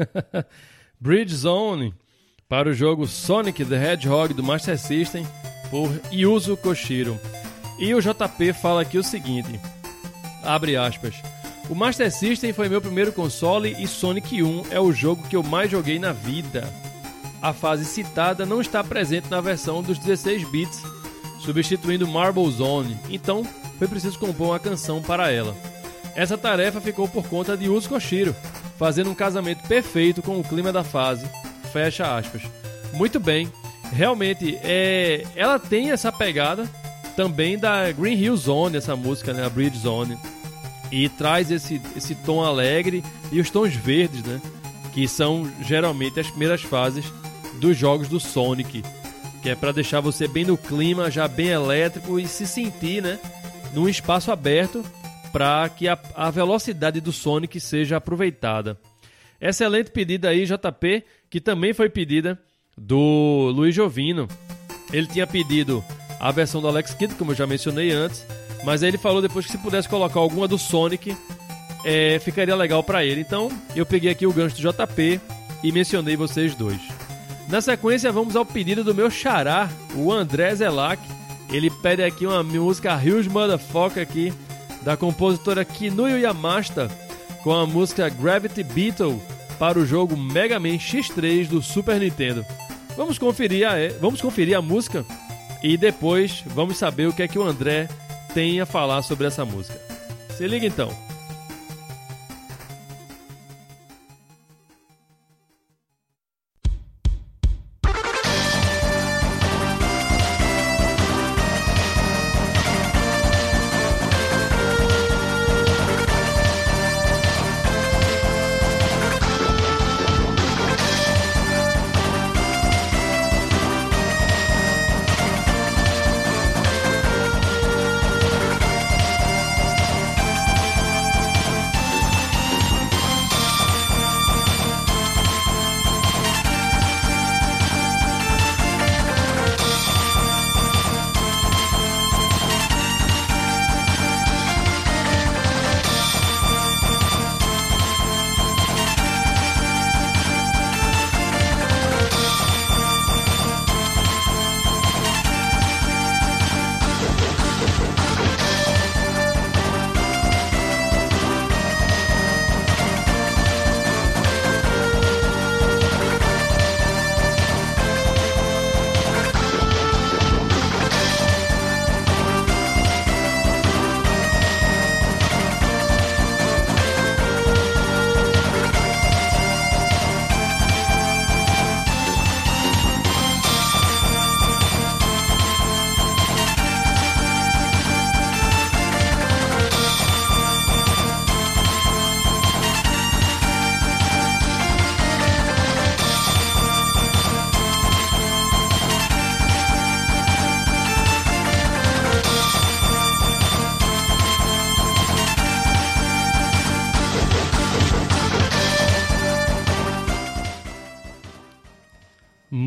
Bridge Zone para o jogo Sonic the Hedgehog do Master System por Yuzo Koshiro. E o JP fala aqui o seguinte, abre aspas: o Master System foi meu primeiro console e Sonic 1 é o jogo que eu mais joguei na vida. A fase citada não está presente na versão dos 16 bits, substituindo Marble Zone, então foi preciso compor uma canção para ela. Essa tarefa ficou por conta de Yuzo Koshiro, fazendo um casamento perfeito com o clima da fase. Fecha aspas. Muito bem. Realmente, ela tem essa pegada também da Green Hill Zone, essa música, né, a Bridge Zone. E traz esse tom alegre e os tons verdes, né, que são geralmente as primeiras fases dos jogos do Sonic, que é para deixar você bem no clima, já bem elétrico e se sentir, né, num espaço aberto, para que a velocidade do Sonic seja aproveitada. Excelente pedida aí, JP, que também foi pedida do Luiz Jovino. Ele tinha pedido a versão do Alex Kidd, como eu já mencionei antes, mas aí ele falou depois que se pudesse colocar alguma do Sonic, ficaria legal para ele. Então eu peguei aqui o gancho do JP e mencionei vocês dois. Na sequência vamos ao pedido do meu xará, o André Zelac. Ele pede aqui uma música Huge Motherfucker aqui, da compositora Kinuyo Yamashita, com a música Gravity Beetle para o jogo Mega Man X3 do Super Nintendo. Vamos conferir a música e depois vamos saber o que é que o André tem a falar sobre essa música. Se liga então.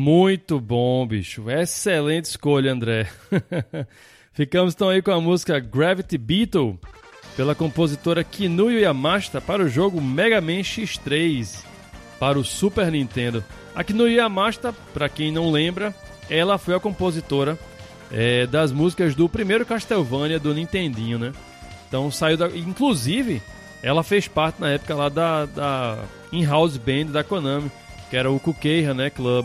Muito bom, bicho. Excelente escolha, André. Ficamos então aí com a música Gravity Beetle, pela compositora Kinuyo Yamashita, para o jogo Mega Man X3, para o Super Nintendo. A Kinuyo Yamashita, para quem não lembra, ela foi a compositora das músicas do primeiro Castlevania do Nintendinho, né? Então saiu inclusive, ela fez parte na época lá da in-house band da Konami, que era o Kukeiha, né, Club.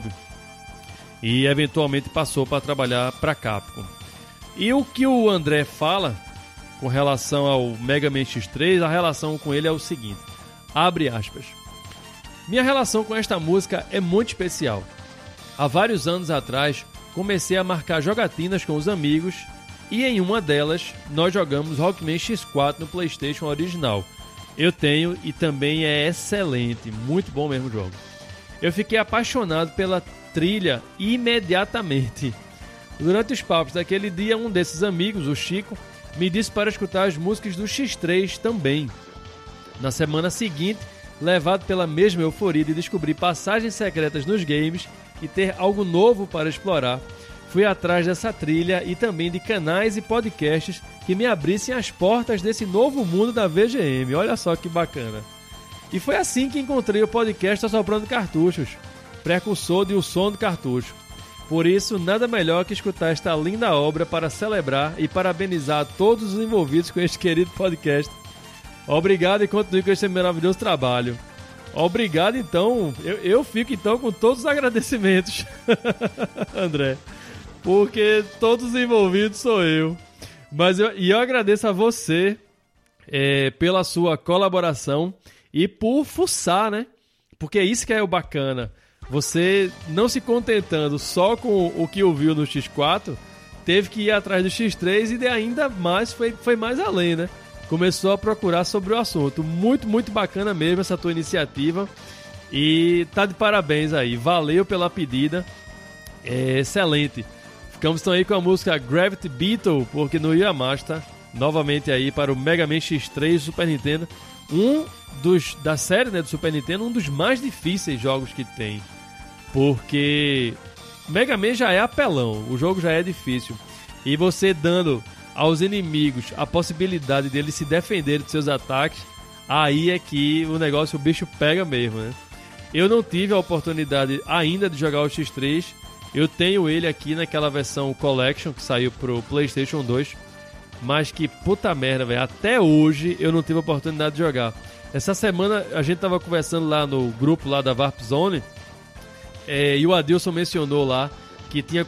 E eventualmente passou para trabalhar para Capcom. E o que o André fala com relação ao Mega Man X3, a relação com ele é o seguinte, abre aspas. Minha relação com esta música é muito especial. Há vários anos atrás, comecei a marcar jogatinas com os amigos e em uma delas nós jogamos Rockman X4 no PlayStation original. Eu tenho e também é excelente, muito bom mesmo o jogo. Eu fiquei apaixonado pela trilha imediatamente. Durante os papos daquele dia, um desses amigos, o Chico, me disse para escutar as músicas do X3 também. Na semana seguinte, levado pela mesma euforia de descobrir passagens secretas nos games e ter algo novo para explorar, fui atrás dessa trilha e também de canais e podcasts que me abrissem as portas desse novo mundo da VGM. Olha só que bacana. E foi assim que encontrei o podcast Assoprando Cartuchos, precursor de O Som do Cartucho. Por isso, nada melhor que escutar esta linda obra para celebrar e parabenizar a todos os envolvidos com este querido podcast. Obrigado e continue com este maravilhoso trabalho. Obrigado, então. Eu fico, então, com todos os agradecimentos, André. Porque todos os envolvidos sou eu. Eu agradeço a você pela sua colaboração e por fuçar, né? Porque é isso que é o bacana. Você, não se contentando só com o que ouviu no X4, teve que ir atrás do X3 e ainda mais foi mais além, né? Começou a procurar sobre o assunto. Muito, muito bacana mesmo essa tua iniciativa. E tá de parabéns aí. Valeu pela pedida. É excelente. Ficamos então aí com a música Gravity Beetle, porque no Yamashita, novamente aí para o Mega Man X3 Super Nintendo. Da série, né, do Super Nintendo, um dos mais difíceis jogos que tem. Porque Mega Man já é apelão, o jogo já é difícil. E você dando aos inimigos a possibilidade deles se defenderem de seus ataques, aí é que o negócio, o bicho pega mesmo, né? Eu não tive a oportunidade ainda de jogar o X3. Eu tenho ele aqui naquela versão Collection que saiu pro PlayStation 2. Mas que puta merda, velho. Até hoje eu não tive a oportunidade de jogar. Essa semana a gente tava conversando lá no grupo lá da Warp Zone. E o Adilson mencionou lá que tinha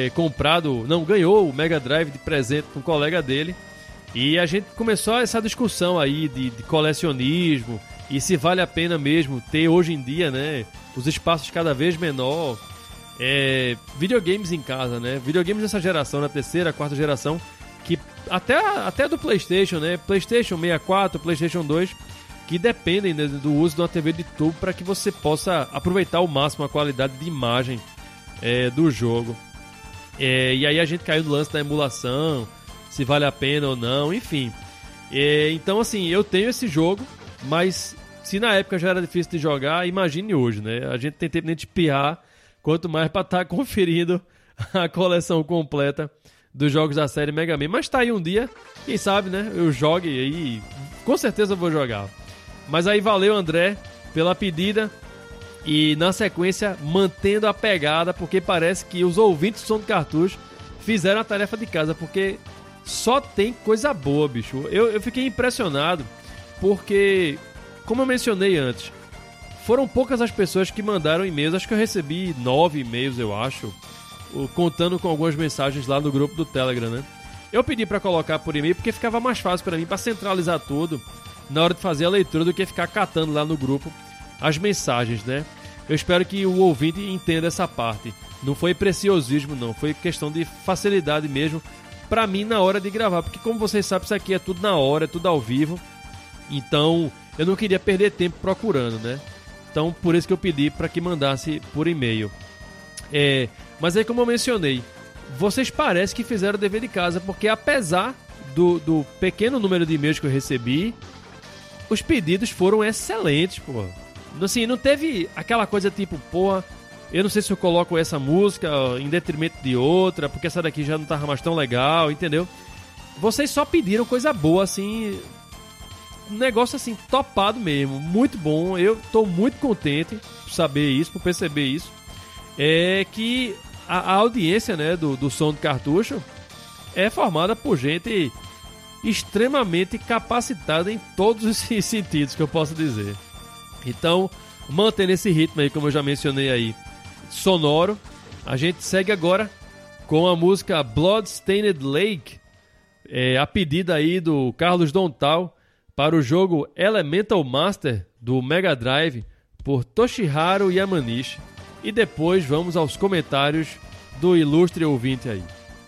ganhou o Mega Drive de presente com um colega dele. E a gente começou essa discussão aí de colecionismo e se vale a pena mesmo ter hoje em dia, né, os espaços cada vez menor, videogames em casa, né, videogames dessa geração, na terceira, quarta geração, que até do PlayStation, né, PlayStation 64, PlayStation 2, que dependem, né, do uso de uma TV de tubo para que você possa aproveitar ao máximo a qualidade de imagem do jogo. E aí a gente caiu no lance da emulação, se vale a pena ou não, enfim. Então, assim, eu tenho esse jogo, mas se na época já era difícil de jogar, imagine hoje, né? A gente tem tempo nem de espiar, quanto mais para estar conferindo a coleção completa dos jogos da série Mega Man. Mas tá aí um dia, quem sabe, né? Eu jogue aí, com certeza eu vou jogar. Mas aí valeu, André, pela pedida. E na sequência, mantendo a pegada, porque parece que os ouvintes do Som do Cartucho fizeram a tarefa de casa, porque só tem coisa boa, bicho. Eu fiquei impressionado, porque, como eu mencionei antes, foram poucas as pessoas que mandaram e-mails. Acho que eu recebi 9 e-mails, eu acho, contando com algumas mensagens lá no grupo do Telegram, né? Eu pedi pra colocar por e-mail porque ficava mais fácil pra mim, pra centralizar tudo na hora de fazer a leitura, do que ficar catando lá no grupo as mensagens, né? Eu espero que o ouvinte entenda essa parte. Não foi preciosismo, não. Foi questão de facilidade mesmo pra mim na hora de gravar. Porque, como vocês sabem, isso aqui é tudo na hora, é tudo ao vivo. Então, eu não queria perder tempo procurando, né? Então, por isso que eu pedi pra que mandasse por e-mail. Mas aí, como eu mencionei, vocês parecem que fizeram o dever de casa. Porque, apesar do pequeno número de e-mails que eu recebi, os pedidos foram excelentes, pô. Assim, não teve aquela coisa tipo, porra, eu não sei se eu coloco essa música em detrimento de outra, porque essa daqui já não tava mais tão legal, entendeu? Vocês só pediram coisa boa, assim, um negócio assim, topado mesmo, muito bom. Eu tô muito contente por saber isso, por perceber isso. É que a audiência, né, do Som do Cartucho é formada por gente extremamente capacitada em todos os sentidos que eu posso dizer. Então, mantendo esse ritmo aí, como eu já mencionei aí, sonoro, a gente segue agora com a música Bloodstained Lake, a pedida aí do Carlos Dontal para o jogo Elemental Master do Mega Drive por Toshiharu Yamanishi. E depois vamos aos comentários do ilustre ouvinte aí.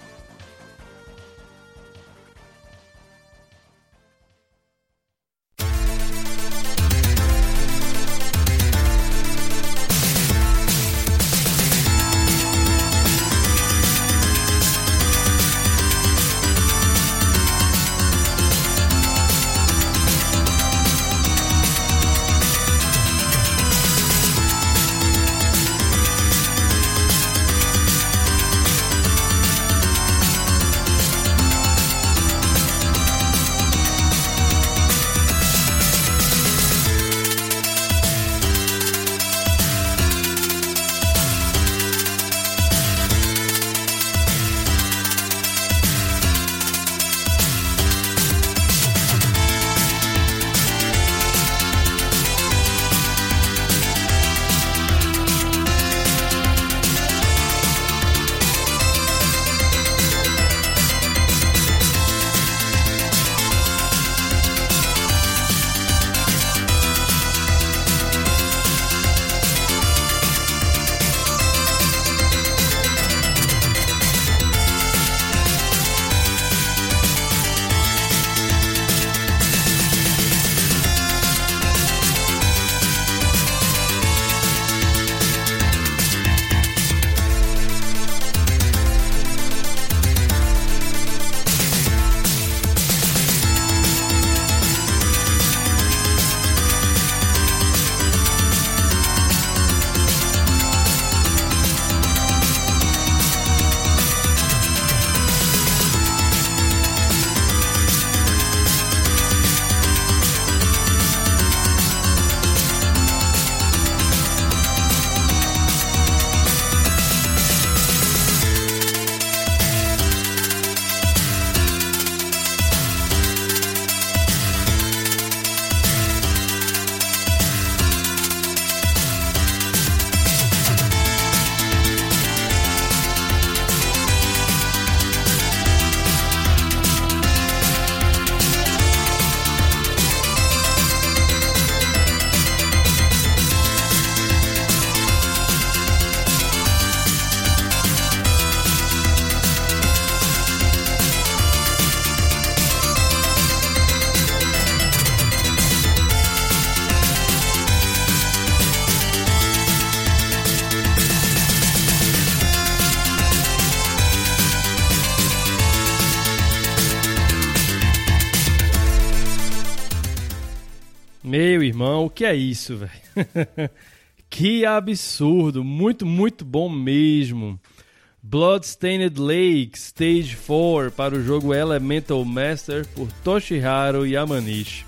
Meu irmão, o que é isso, velho? Que absurdo, muito, muito bom mesmo. Bloodstained Lake Stage 4 para o jogo Elemental Master por Toshiharu Yamanishi.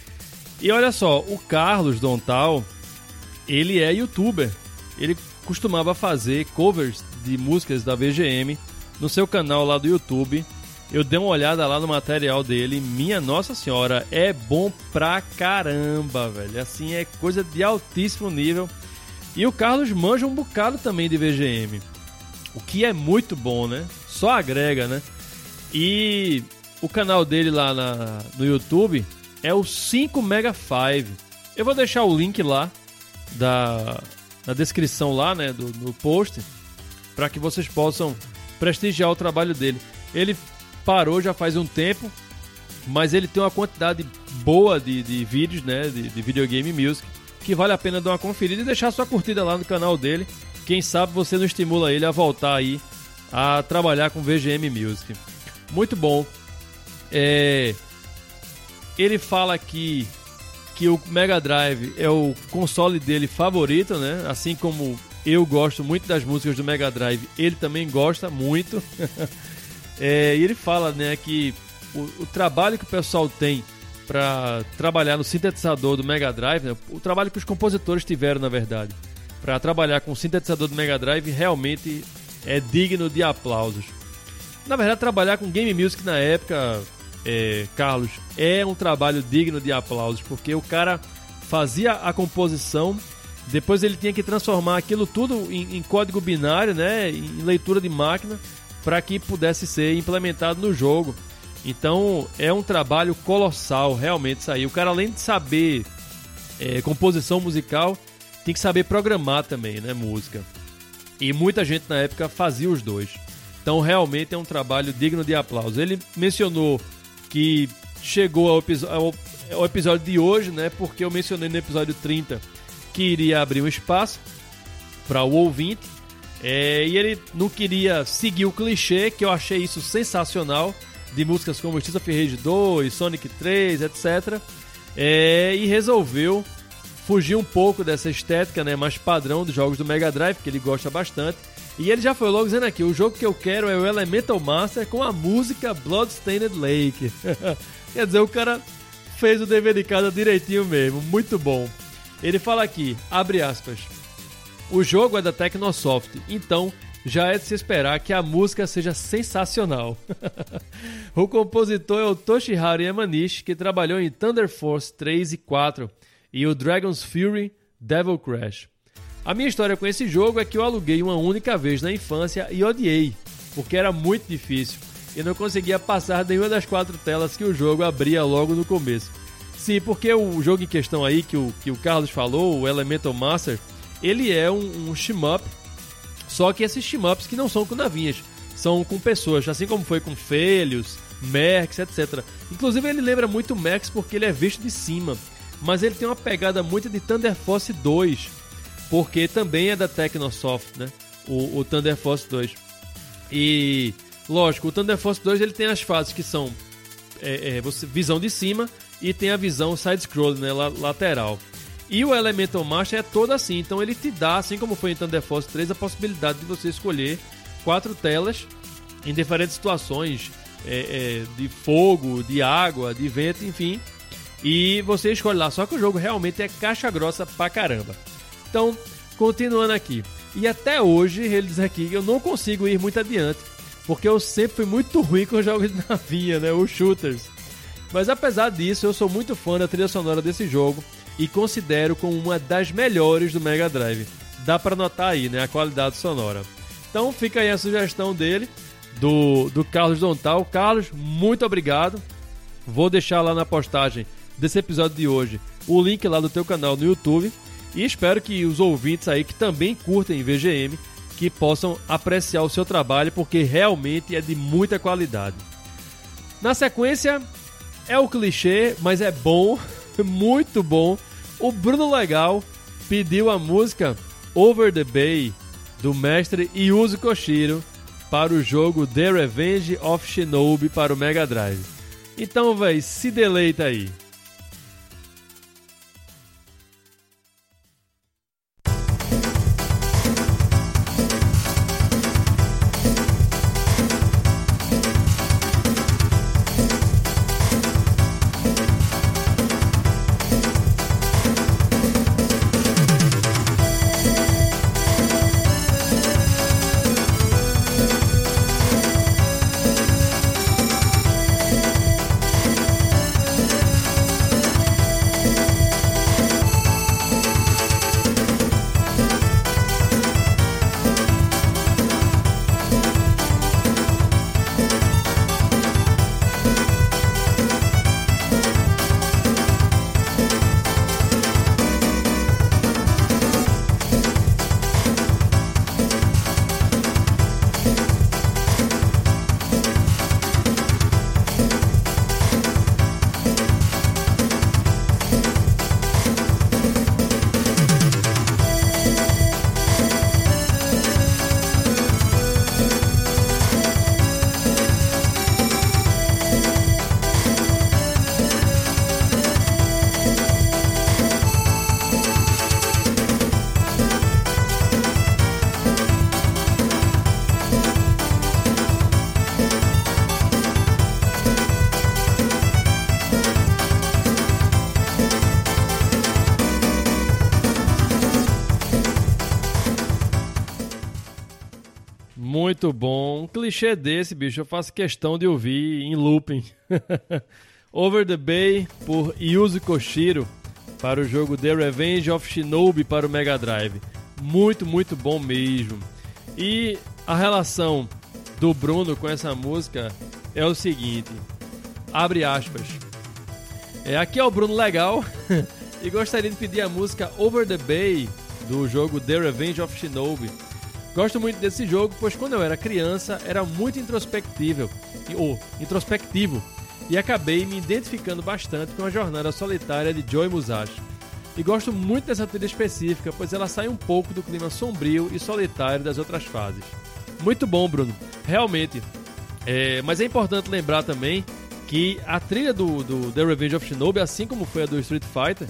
E olha só, o Carlos Dontal, ele é youtuber. Ele costumava fazer covers de músicas da VGM no seu canal lá do YouTube. Eu dei uma olhada lá no material dele, minha nossa senhora, é bom pra caramba, velho. Assim, é coisa de altíssimo nível. E o Carlos manja um bocado também de VGM, o que é muito bom, né? Só agrega, né? E o canal dele lá no YouTube é o 5 Mega 5. Eu vou deixar o link lá na descrição lá, né, do post, para que vocês possam prestigiar o trabalho dele. Ele parou já faz um tempo, mas ele tem uma quantidade boa de vídeos, né, de videogame music, que vale a pena dar uma conferida e deixar sua curtida lá no canal dele. Quem sabe você não estimula ele a voltar aí a trabalhar com VGM Music. Muito bom. Ele fala aqui que o Mega Drive é o console dele favorito, né? Assim como Eu gosto muito das músicas do Mega Drive, ele também gosta muito. E ele fala, né, que o trabalho que o pessoal tem para trabalhar no sintetizador do Mega Drive, né, o trabalho que os compositores tiveram, na verdade, para trabalhar com o sintetizador do Mega Drive realmente é digno de aplausos. Na verdade, trabalhar com game music na época, Carlos, é um trabalho digno de aplausos, porque o cara fazia a composição, depois ele tinha que transformar aquilo tudo em código binário, né, em leitura de máquina, para que pudesse ser implementado no jogo. Então é um trabalho colossal, realmente, isso aí. O cara, além de saber composição musical, tem que saber programar também, né, música. E muita gente na época fazia os dois. Então realmente é um trabalho digno de aplauso. Ele mencionou que chegou ao episódio de hoje, né, porque eu mencionei no episódio 30 que iria abrir um espaço para o ouvinte. E ele não queria seguir o clichê, que eu achei isso sensacional, de músicas como Streets of Rage 2, Sonic 3, etc. E resolveu fugir um pouco dessa estética, né, mais padrão dos jogos do Mega Drive, que ele gosta bastante. E ele já foi logo dizendo aqui, o jogo que eu quero é o Elemental Master com a música Bloodstained Lake. Quer dizer, o cara fez o dever de casa direitinho mesmo, muito bom. Ele fala aqui, abre aspas, o jogo é da Technosoft, então já é de se esperar que a música seja sensacional. O compositor é o Toshiharu Yamanishi, que trabalhou em Thunder Force 3 e 4 e o Dragon's Fury Devil Crash. A minha história com esse jogo é que eu aluguei uma única vez na infância e odiei, porque era muito difícil e não conseguia passar nenhuma das 4 telas que o jogo abria logo no começo. Sim, porque o jogo em questão aí que o Carlos falou, o Elemental Master, ele é um shmup, só que esses shmups que não são com navinhas, são com pessoas, assim como foi com Felios, Mercs, etc. Inclusive ele lembra muito Mercs porque ele é visto de cima, mas ele tem uma pegada muito de Thunder Force 2, porque também é da Technosoft, né? O Thunder Force 2. E, lógico, o Thunder Force 2 ele tem as fases que são visão de cima e tem a visão side-scroll, né, lateral. E o Elemental Master é todo assim, então ele te dá, assim como foi em Thunder Force 3, a possibilidade de você escolher 4 telas em diferentes situações, de fogo, de água, de vento, enfim. E você escolhe lá, só que o jogo realmente é caixa grossa pra caramba. Então, continuando aqui. E até hoje, ele diz aqui que eu não consigo ir muito adiante, porque eu sempre fui muito ruim com jogos de navinha, né, os shooters. Mas apesar disso, eu sou muito fã da trilha sonora desse jogo e considero como uma das melhores do Mega Drive. Dá pra notar aí, né, a qualidade sonora. Então fica aí a sugestão dele, do Carlos Dontal. Carlos, muito obrigado. Vou deixar lá na postagem desse episódio de hoje o link lá do teu canal no YouTube. E espero que os ouvintes aí que também curtem VGM, que possam apreciar o seu trabalho, porque realmente é de muita qualidade. Na sequência, é o clichê, mas é bom, muito bom. O Bruno Legal pediu a música Over the Bay, do mestre Yuzo Koshiro, para o jogo The Revenge of Shinobi para o Mega Drive. Então, véi, se deleita aí. Muito bom. Um clichê desse, bicho, eu faço questão de ouvir em looping. Over the Bay, por Yuzo Koshiro, para o jogo The Revenge of Shinobi para o Mega Drive. Muito, muito bom mesmo. E a relação do Bruno com essa música é o seguinte, abre aspas. Aqui é o Bruno Legal e gostaria de pedir a música Over the Bay do jogo The Revenge of Shinobi. Gosto muito desse jogo, pois quando eu era criança era muito introspectivo e acabei me identificando bastante com a jornada solitária de Joe Musashi. E gosto muito dessa trilha específica, pois ela sai um pouco do clima sombrio e solitário das outras fases. Muito bom, Bruno, realmente. Mas é importante lembrar também que a trilha do The Revenge of Shinobi, assim como foi a do Street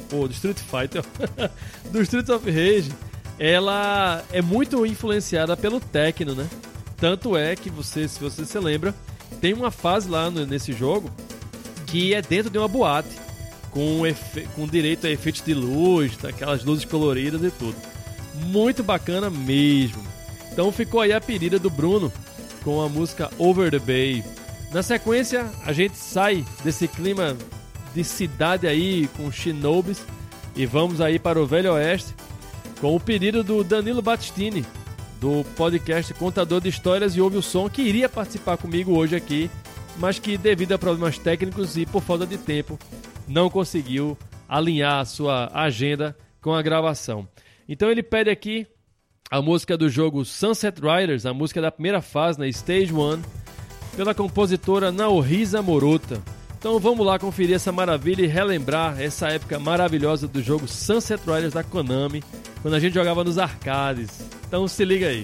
of Rage, ela é muito influenciada pelo techno, né? Tanto é que se você se lembra, tem uma fase lá nesse jogo que é dentro de uma boate, com direito a efeitos de luz, aquelas luzes coloridas e tudo. Muito bacana mesmo. Então ficou aí a pedida do Bruno com a música Over the Bay. Na sequência, a gente sai desse clima de cidade aí com shinobis e vamos aí para o Velho Oeste com o pedido do Danilo Battistini, do podcast Contador de Histórias e Ouve o Som, que iria participar comigo hoje aqui, mas que devido a problemas técnicos e por falta de tempo, não conseguiu alinhar a sua agenda com a gravação. Então ele pede aqui a música do jogo Sunset Riders, a música da primeira fase, na Stage 1, pela compositora Naohisa Morota. Então vamos lá conferir essa maravilha e relembrar essa época maravilhosa do jogo Sunset Riders da Konami, quando a gente jogava nos arcades. Então se liga aí.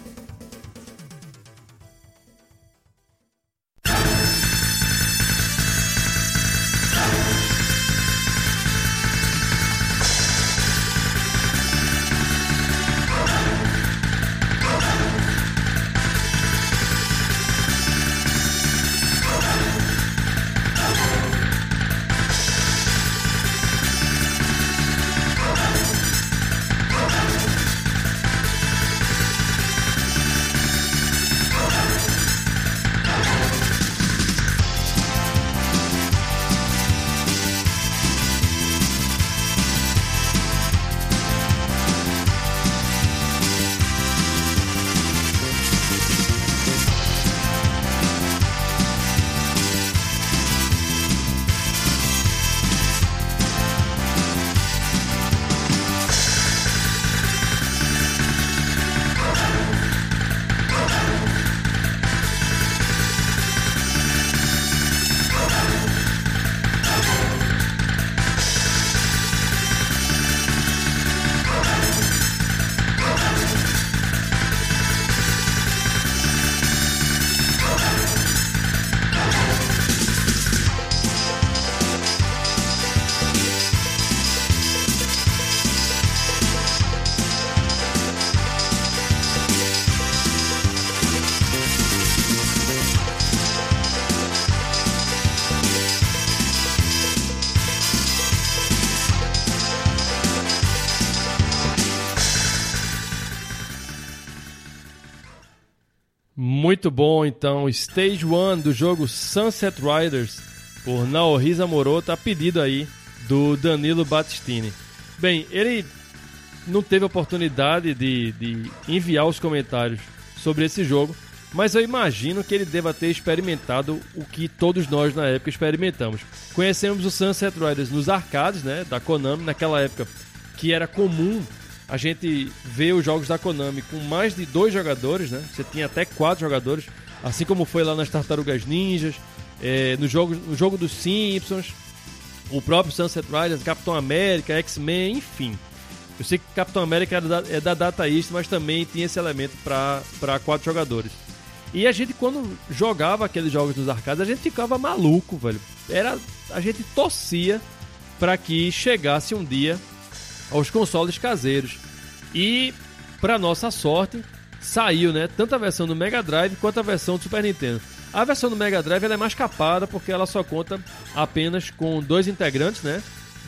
Muito bom, então, Stage 1 do jogo Sunset Riders, por Naohisa Morota, a pedido aí do Danilo Battistini. Bem, ele não teve oportunidade de enviar os comentários sobre esse jogo, mas eu imagino que ele deva ter experimentado o que todos nós na época experimentamos. Conhecemos o Sunset Riders nos arcades, né, da Konami, naquela época que era comum a gente vê os jogos da Konami com mais de 2 jogadores, né? Você tinha até 4 jogadores, assim como foi lá nas Tartarugas Ninjas, no jogo dos Simpsons, o próprio Sunset Riders, Capitão América, X-Men, enfim. Eu sei que Capitão América é da Data East, mas também tinha esse elemento para 4 jogadores. E a gente, quando jogava aqueles jogos dos arcades, a gente ficava maluco, velho. A gente torcia para que chegasse um dia aos consoles caseiros. E, para nossa sorte, saiu, né, tanto a versão do Mega Drive quanto a versão do Super Nintendo. A versão do Mega Drive ela é mais capada porque ela só conta apenas com 2 integrantes, né,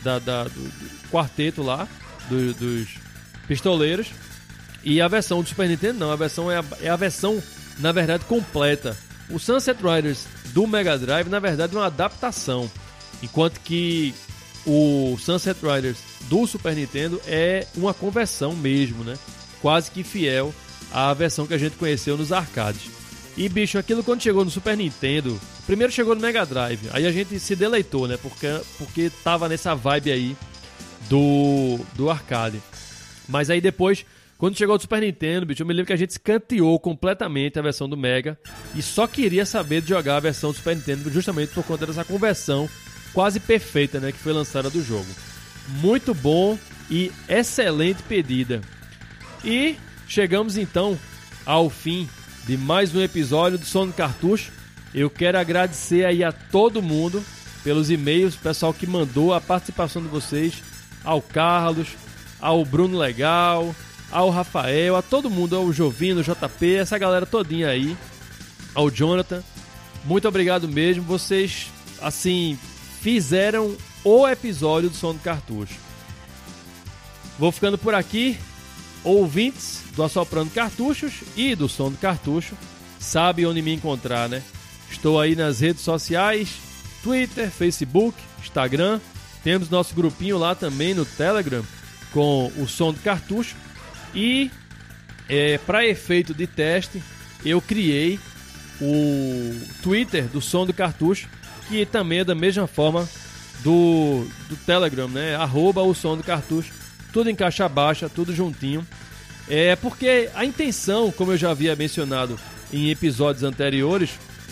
do quarteto lá, dos pistoleiros. E a versão do Super Nintendo não, a versão é a versão na verdade, completa. O Sunset Riders do Mega Drive, na verdade, é uma adaptação, enquanto que o Sunset Riders do Super Nintendo é uma conversão mesmo, né? Quase que fiel à versão que a gente conheceu nos arcades. E, bicho, aquilo quando chegou no Super Nintendo, primeiro chegou no Mega Drive, aí a gente se deleitou, né? Porque tava nessa vibe aí do arcade. Mas aí depois, quando chegou no Super Nintendo, bicho, eu me lembro que a gente escanteou completamente a versão do Mega e só queria saber de jogar a versão do Super Nintendo justamente por conta dessa conversão quase perfeita, né, que foi lançada do jogo. Muito bom e excelente pedida. E chegamos então ao fim de mais um episódio do Som do Cartucho. Eu quero agradecer aí a todo mundo pelos e-mails, pessoal que mandou a participação de vocês, ao Carlos, ao Bruno Legal, ao Rafael, a todo mundo, ao Jovino, JP, essa galera todinha aí, ao Jonathan. Muito obrigado mesmo, vocês, assim, fizeram o episódio do Som do Cartucho. Vou ficando por aqui. Ouvintes do Assoprando Cartuchos e do Som do Cartucho sabem onde me encontrar, né? Estou aí nas redes sociais, Twitter, Facebook, Instagram. Temos nosso grupinho lá também no Telegram com o Som do Cartucho. E para efeito de teste, eu criei o Twitter do Som do Cartucho, que também é da mesma forma do Telegram, né? @o Som do Cartucho. Tudo em caixa baixa, tudo juntinho. Porque a intenção, como eu já havia mencionado em episódios anteriores,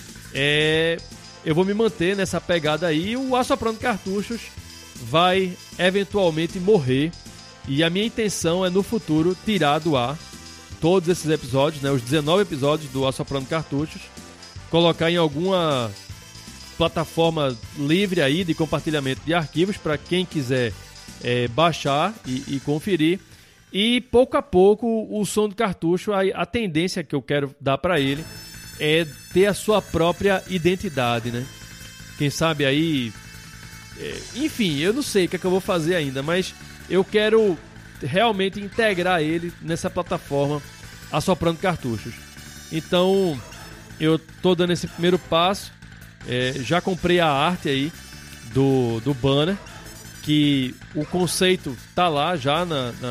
eu vou me manter nessa pegada aí. O Assoprando Cartuchos vai eventualmente morrer. E a minha intenção é no futuro tirar do ar todos esses episódios, né, os 19 episódios do Assoprando Cartuchos, colocar em alguma plataforma livre aí de compartilhamento de arquivos para quem quiser baixar e conferir. E pouco a pouco o Som do Cartucho, a tendência que eu quero dar para ele é ter a sua própria identidade, né? Quem sabe aí... enfim, eu não sei o que é que eu vou fazer ainda, mas eu quero realmente integrar ele nessa plataforma Assoprando Cartuchos. Então, eu tô dando esse primeiro passo. Já comprei a arte aí do banner, que o conceito tá lá já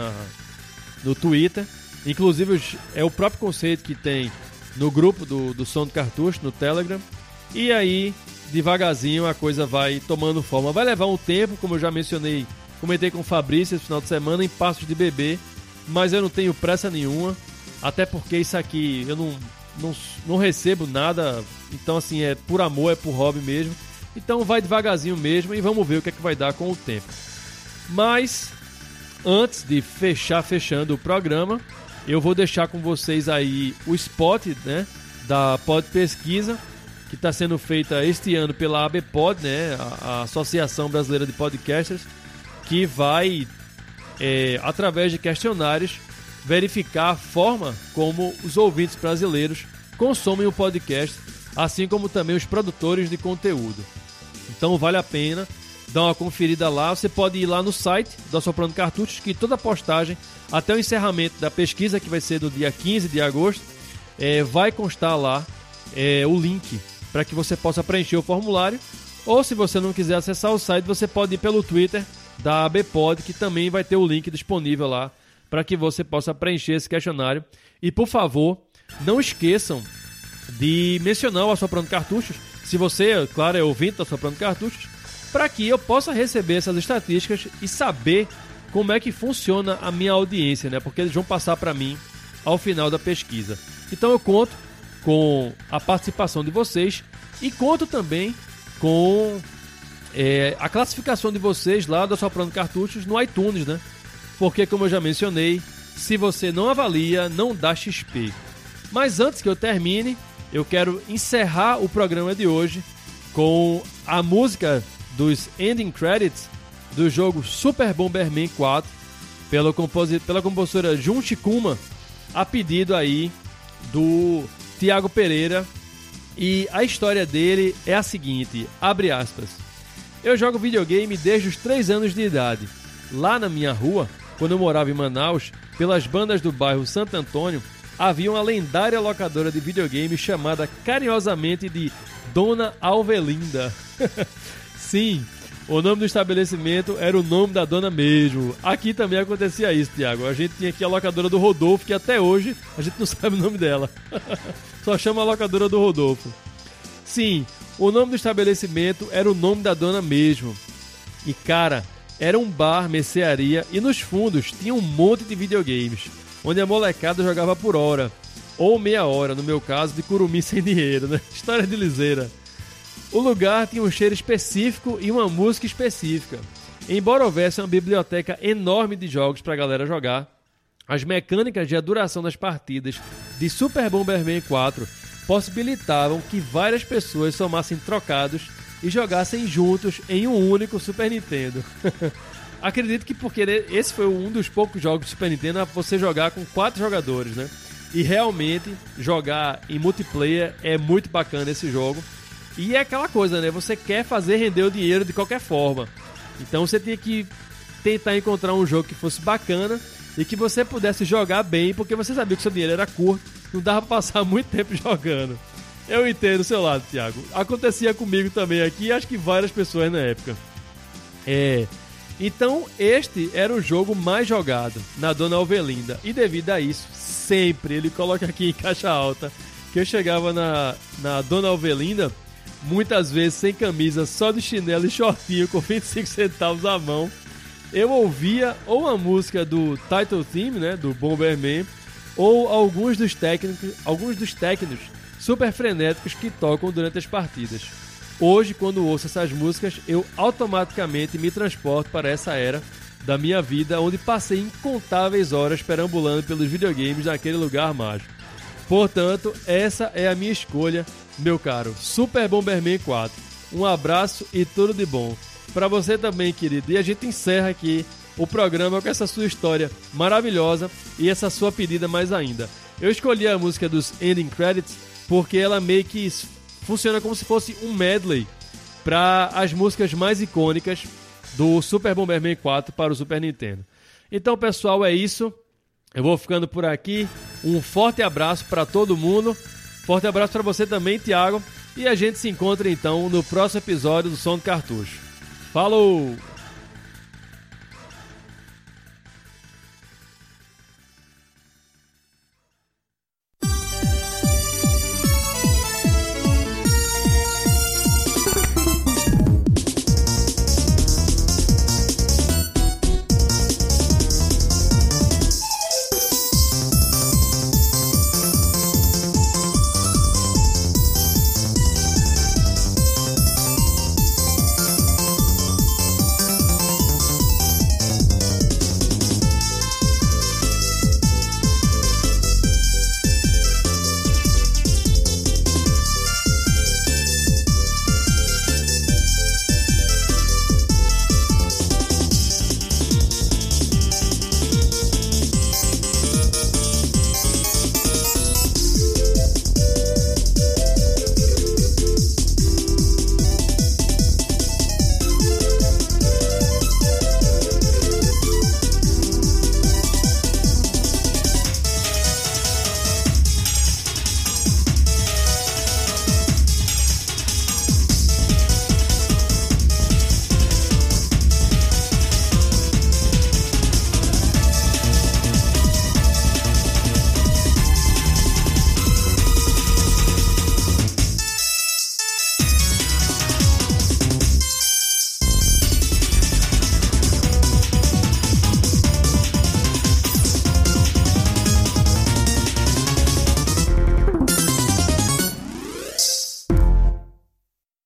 no Twitter. Inclusive é o próprio conceito que tem no grupo do Som do Cartucho, no Telegram. E aí, devagarzinho, a coisa vai tomando forma. Vai levar um tempo, como eu já mencionei, comentei com o Fabrício esse final de semana, em passos de bebê. Mas eu não tenho pressa nenhuma, até porque isso aqui eu não recebo nada. Então assim, é por amor, é por hobby mesmo. Então vai devagarzinho mesmo e vamos ver o que é que vai dar com o tempo. Mas antes de fechando o programa, eu vou deixar com vocês aí o spot, né, da Pod Pesquisa, que está sendo feita este ano pela ABPod, né, a Associação Brasileira de Podcasters, que vai, através de questionários, verificar a forma como os ouvintes brasileiros consomem o podcast, assim como também os produtores de conteúdo. Então vale a pena dar uma conferida lá. Você pode ir lá no site do Assoprando Cartuchos, que toda postagem, até o encerramento da pesquisa, que vai ser do dia 15 de agosto, vai constar lá o link para que você possa preencher o formulário. Ou se você não quiser acessar o site, você pode ir pelo Twitter da ABPod, que também vai ter o link disponível lá para que você possa preencher esse questionário. E por favor, não esqueçam de mencionar o Assoprando Cartuchos, se você, claro, é ouvinte do Assoprando Cartuchos, para que eu possa receber essas estatísticas e saber como é que funciona a minha audiência, né? Porque eles vão passar para mim ao final da pesquisa. Então eu conto com a participação de vocês e conto também com a classificação de vocês lá do Assoprando Cartuchos no iTunes, né? Porque, como eu já mencionei, se você não avalia, não dá XP. Mas antes que eu termine, eu quero encerrar o programa de hoje com a música dos ending credits do jogo Super Bomberman 4 pela compositora Jun Chikuma, a pedido aí do Thiago Pereira. E a história dele é a seguinte, abre aspas: eu jogo videogame desde os 3 anos de idade. Lá na minha rua, quando eu morava em Manaus, pelas bandas do bairro Santo Antônio, havia uma lendária locadora de videogame chamada carinhosamente de Dona Alvelinda. Sim, o nome do estabelecimento era o nome da dona mesmo. Aqui também acontecia isso, Thiago. A gente tinha aqui a locadora do Rodolfo, que até hoje a gente não sabe o nome dela. Só chama a locadora do Rodolfo. Sim, o nome do estabelecimento era o nome da dona mesmo. E cara, era um bar, mercearia, e nos fundos tinha um monte de videogames, onde a molecada jogava por hora, ou meia hora, no meu caso, de curumim sem dinheiro, né? História de liseira. O lugar tinha um cheiro específico e uma música específica. Embora houvesse uma biblioteca enorme de jogos pra galera jogar, as mecânicas e a duração das partidas de Super Bomberman 4 possibilitavam que várias pessoas somassem trocados e jogassem juntos em um único Super Nintendo. Acredito que porque esse foi um dos poucos jogos de Super Nintendo a você jogar com 4 jogadores, né? E realmente jogar em multiplayer é muito bacana esse jogo. E é aquela coisa, né? Você quer fazer render o dinheiro de qualquer forma. Então você tinha que tentar encontrar um jogo que fosse bacana e que você pudesse jogar bem, porque você sabia que seu dinheiro era curto, não dava pra passar muito tempo jogando. Eu entendo o seu lado, Thiago. Acontecia comigo também aqui, acho que várias pessoas na época. Então este era o jogo mais jogado na Dona Alvelinda. E devido a isso, sempre, ele coloca aqui em caixa alta, que eu chegava na Dona Alvelinda, muitas vezes sem camisa, só de chinelo e shortinho, com 25 centavos à mão. Eu ouvia ou a música do Title Theme, né, do Bomberman, ou alguns dos técnicos super frenéticos que tocam durante as partidas. Hoje, quando ouço essas músicas, eu automaticamente me transporto para essa era da minha vida, onde passei incontáveis horas perambulando pelos videogames naquele lugar mágico. Portanto, essa é a minha escolha, meu caro, Super Bomberman 4. Um abraço e tudo de bom. Para você também, querido. E a gente encerra aqui o programa com essa sua história maravilhosa e essa sua pedida mais ainda. Eu escolhi a música dos Ending Credits porque ela meio que funciona como se fosse um medley para as músicas mais icônicas do Super Bomberman 4 para o Super Nintendo. Então, pessoal, é isso. Eu vou ficando por aqui. Um forte abraço para todo mundo. Forte abraço para você também, Thiago. E a gente se encontra então no próximo episódio do Som do Cartucho. Falou!